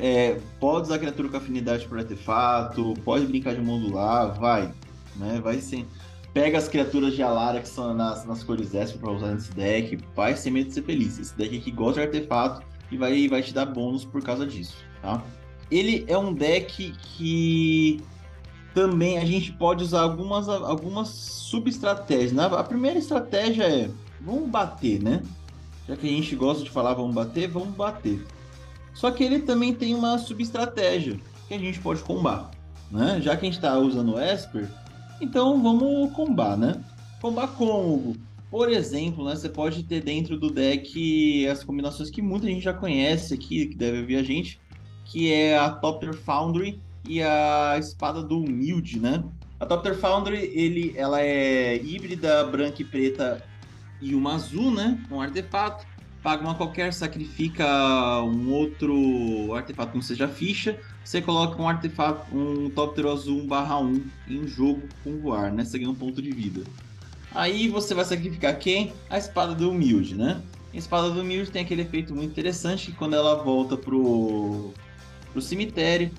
Pode usar criatura com afinidade por artefato, pode brincar de modular, vai, né? Vai sim. Pega as criaturas de Alara que são nas cores Esper para usar nesse deck, vai sem medo de ser feliz. Esse deck aqui gosta de artefato e vai te dar bônus por causa disso, tá? Ele é um deck que também a gente pode usar algumas sub-estratégias, né? A primeira estratégia é, vamos bater, né? Já que a gente gosta de falar vamos bater. Só que ele também tem uma sub-estratégia que a gente pode combar, né? Já que a gente está usando o Esper, então vamos combar, né? Combar como? Por exemplo, né, você pode ter dentro do deck as combinações que muita gente já conhece aqui, que deve ouvir a gente, que é a Thopter Foundry e a Espada do Humilde, né? A Thopter Foundry, ela é híbrida, branca e preta e uma azul, né? Um artefato. Paga uma qualquer, sacrifica um outro artefato que não seja ficha. Você coloca um artefato, um Thopter azul 1/1 em jogo com voar, né? Você ganha um ponto de vida. Aí você vai sacrificar quem? A Espada do Humilde, né? A Espada do Humilde tem aquele efeito muito interessante que quando ela volta pro cemitério,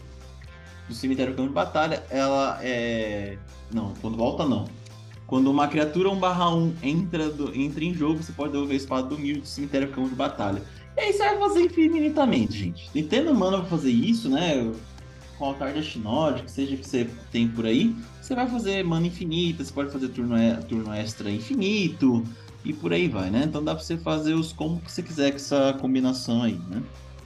do cemitério campo de batalha, ela é... Não, quando volta não. Quando uma criatura 1/1 entra em jogo, você pode devolver a Espada do Humilde do cemitério campo de batalha. E aí você vai fazer infinitamente, gente. Tendo mana pra fazer isso, né? Com altar de Ashnod, que seja que você tem por aí, você vai fazer mana infinita, você pode fazer turno extra infinito e por aí vai, né? Então dá pra você fazer os combos que você quiser com essa combinação aí, né?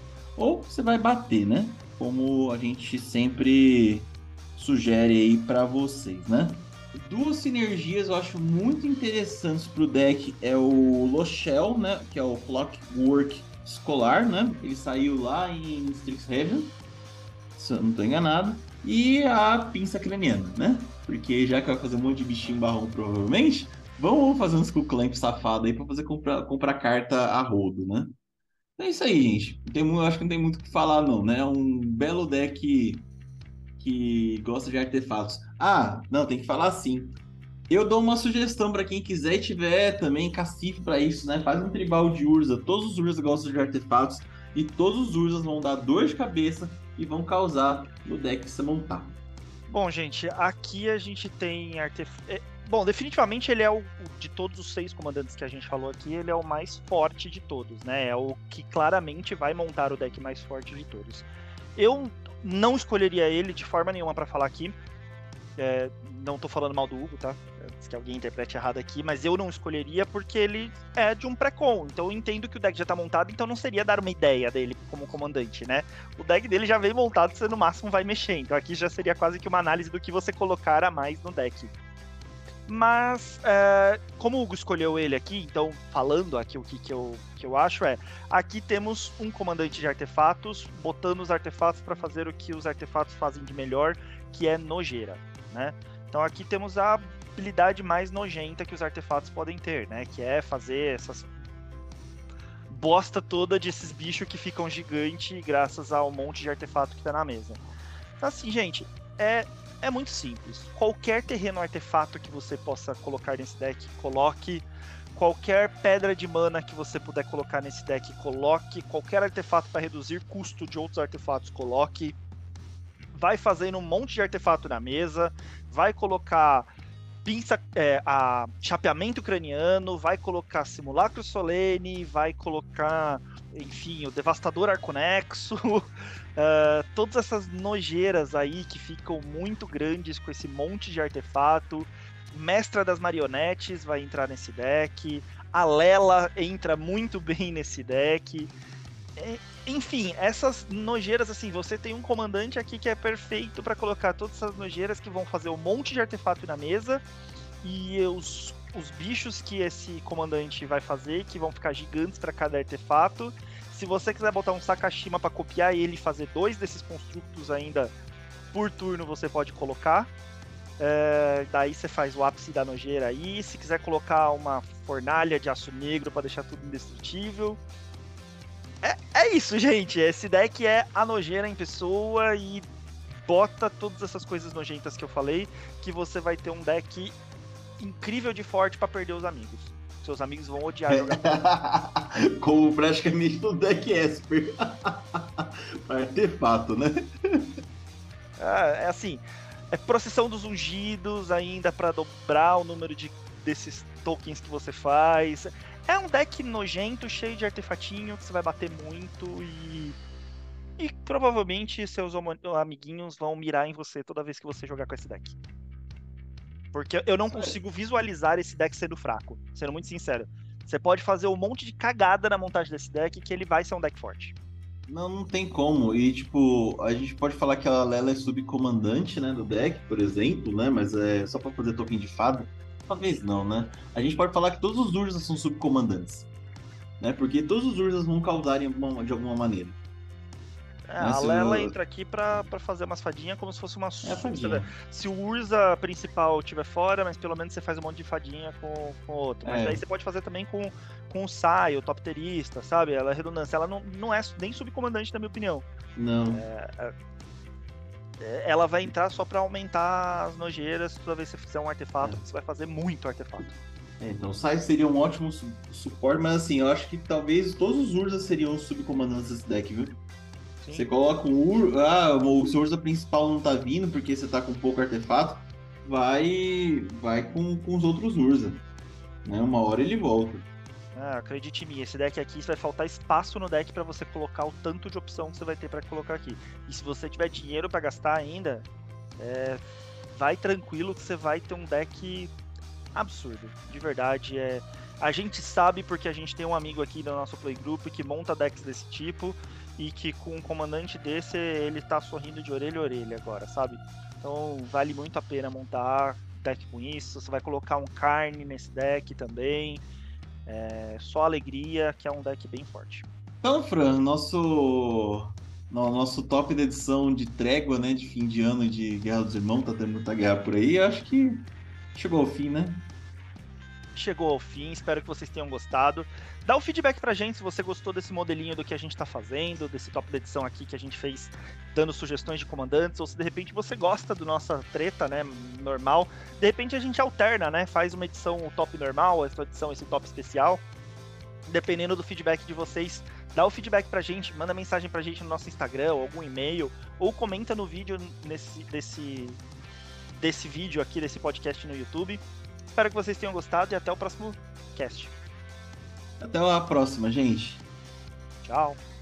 Ou você vai bater, né? Como a gente sempre sugere aí pra vocês, né? Duas sinergias eu acho muito interessantes pro deck é o Loshel, né? Que é o Clockwork Escolar, né? Ele saiu lá em Strixhaven, se eu não tô enganado. E a pinça craniana, né? Porque já que vai fazer um monte de bichinho barrão, provavelmente, vamos fazer uns Skullclamp safado aí pra fazer comprar carta a rodo, né? É isso aí, gente. Eu acho que não tem muito o que falar, não, né? É um belo deck que gosta de artefatos. Ah, não, tem que falar assim. Eu dou uma sugestão para quem quiser e tiver também cacife para isso, né? Faz um tribal de Urza. Todos os Urzas gostam de artefatos e todos os Urzas vão dar dor de cabeça e vão causar no deck que você montar. Bom, gente, aqui a gente tem Bom, definitivamente ele é de todos os 6 comandantes que a gente falou aqui, ele é o mais forte de todos, né? É o que claramente vai montar o deck mais forte de todos. Eu não escolheria ele de forma nenhuma para falar aqui. Não tô falando mal do Hugo, tá? antes que alguém interprete errado aqui, mas eu não escolheria porque ele é de um pré-com. Então eu entendo que o deck já tá montado, então não seria dar uma ideia dele como comandante, né? O deck dele já veio montado, você no máximo vai mexer. Então aqui já seria quase que uma análise do que você colocar a mais no deck. Mas, como o Hugo escolheu ele aqui, então falando aqui o que eu acho aqui temos um comandante de artefatos, botando os artefatos para fazer o que os artefatos fazem de melhor, que é nojeira, né? Então aqui temos a habilidade mais nojenta que os artefatos podem ter, né? Que é fazer essas bosta toda desses bichos que ficam gigantes graças ao monte de artefato que tá na mesa. Então assim, gente, é muito simples. Qualquer terreno artefato que você possa colocar nesse deck, coloque. Qualquer pedra de mana que você puder colocar nesse deck, coloque. Qualquer artefato para reduzir custo de outros artefatos, coloque. Vai fazendo um monte de artefato na mesa. Vai colocar chapeamento craniano. Vai colocar simulacro solene. Vai colocar, enfim, o devastador arconexo. Todas essas nojeiras aí que ficam muito grandes com esse monte de artefato. Mestra das Marionetes vai entrar nesse deck. A Lela entra muito bem nesse deck. Enfim, essas nojeiras, assim, você tem um comandante aqui que é perfeito para colocar todas essas nojeiras que vão fazer um monte de artefato na mesa. E os bichos que esse comandante vai fazer, que vão ficar gigantes para cada artefato. Se você quiser botar um Sakashima para copiar ele e fazer 2 desses construtos ainda por turno, você pode colocar. Daí você faz o ápice da nojeira aí. Se quiser colocar uma fornalha de aço negro para deixar tudo indestrutível. É isso, gente. Esse deck é a nojeira em pessoa e bota todas essas coisas nojentas que eu falei, que você vai ter um deck incrível de forte para perder os amigos. Seus amigos vão odiar jogar. Como praticamente no deck Esper. Artefato, né? É assim, é procissão dos ungidos ainda para dobrar o número desses tokens que você faz. É um deck nojento, cheio de artefatinho, que você vai bater muito e provavelmente seus amiguinhos vão mirar em você toda vez que você jogar com esse deck. Porque eu não consigo visualizar esse deck sendo fraco, sendo muito sincero. Você pode fazer um monte de cagada na montagem desse deck que ele vai ser um deck forte. Não tem como. E, tipo, a gente pode falar que a Lela é subcomandante, né, do deck, por exemplo, né? Mas é só pra fazer token de fada. Talvez não, né? A gente pode falar que todos os Urzas são subcomandantes, né? Porque todos os Urzas vão causar de alguma maneira. A Lela entra aqui pra fazer umas fadinhas como se fosse uma fadinha. Se o Urza principal estiver fora, mas pelo menos você faz um monte de fadinha com outro. Mas daí você pode fazer também com o Sai, o topterista, sabe? Ela é redundância. Ela não é nem subcomandante, na minha opinião. Não. Ela vai entrar só pra aumentar as nojeiras toda vez que você fizer um artefato, você vai fazer muito artefato. Então o Sai seria um ótimo suporte, mas assim, eu acho que talvez todos os Urzas seriam os subcomandantes desse deck, viu? Sim. Você coloca o seu Urza principal não tá vindo porque você tá com pouco artefato, vai com os outros Urza, né? Uma hora ele volta. Acredite em mim, esse deck aqui vai faltar espaço no deck para você colocar o tanto de opção que você vai ter para colocar aqui. E se você tiver dinheiro para gastar ainda, vai tranquilo que você vai ter um deck absurdo, de verdade. A gente sabe porque a gente tem um amigo aqui do nosso playgroup que monta decks desse tipo e que com um comandante desse ele tá sorrindo de orelha a orelha agora, sabe? Então vale muito a pena montar deck com isso. Você vai colocar um Carne nesse deck também. Só alegria, que é um deck bem forte. Então, Fran, nosso top da edição de trégua, né, de fim de ano de Guerra dos Irmãos, tá tendo muita guerra por aí, eu acho que chegou ao fim, né? Chegou ao fim, espero que vocês tenham gostado. Dá o feedback pra gente se você gostou desse modelinho do que a gente tá fazendo, desse top da edição aqui que a gente fez dando sugestões de comandantes, ou se de repente você gosta do nossa treta, né, normal. De repente a gente alterna, né, faz uma edição top normal, essa edição esse top especial. Dependendo do feedback de vocês, dá o feedback pra gente, manda mensagem pra gente no nosso Instagram, ou algum e-mail, ou comenta no vídeo desse vídeo aqui, desse podcast no YouTube. Espero que vocês tenham gostado e até o próximo cast. Até a próxima, gente. Tchau.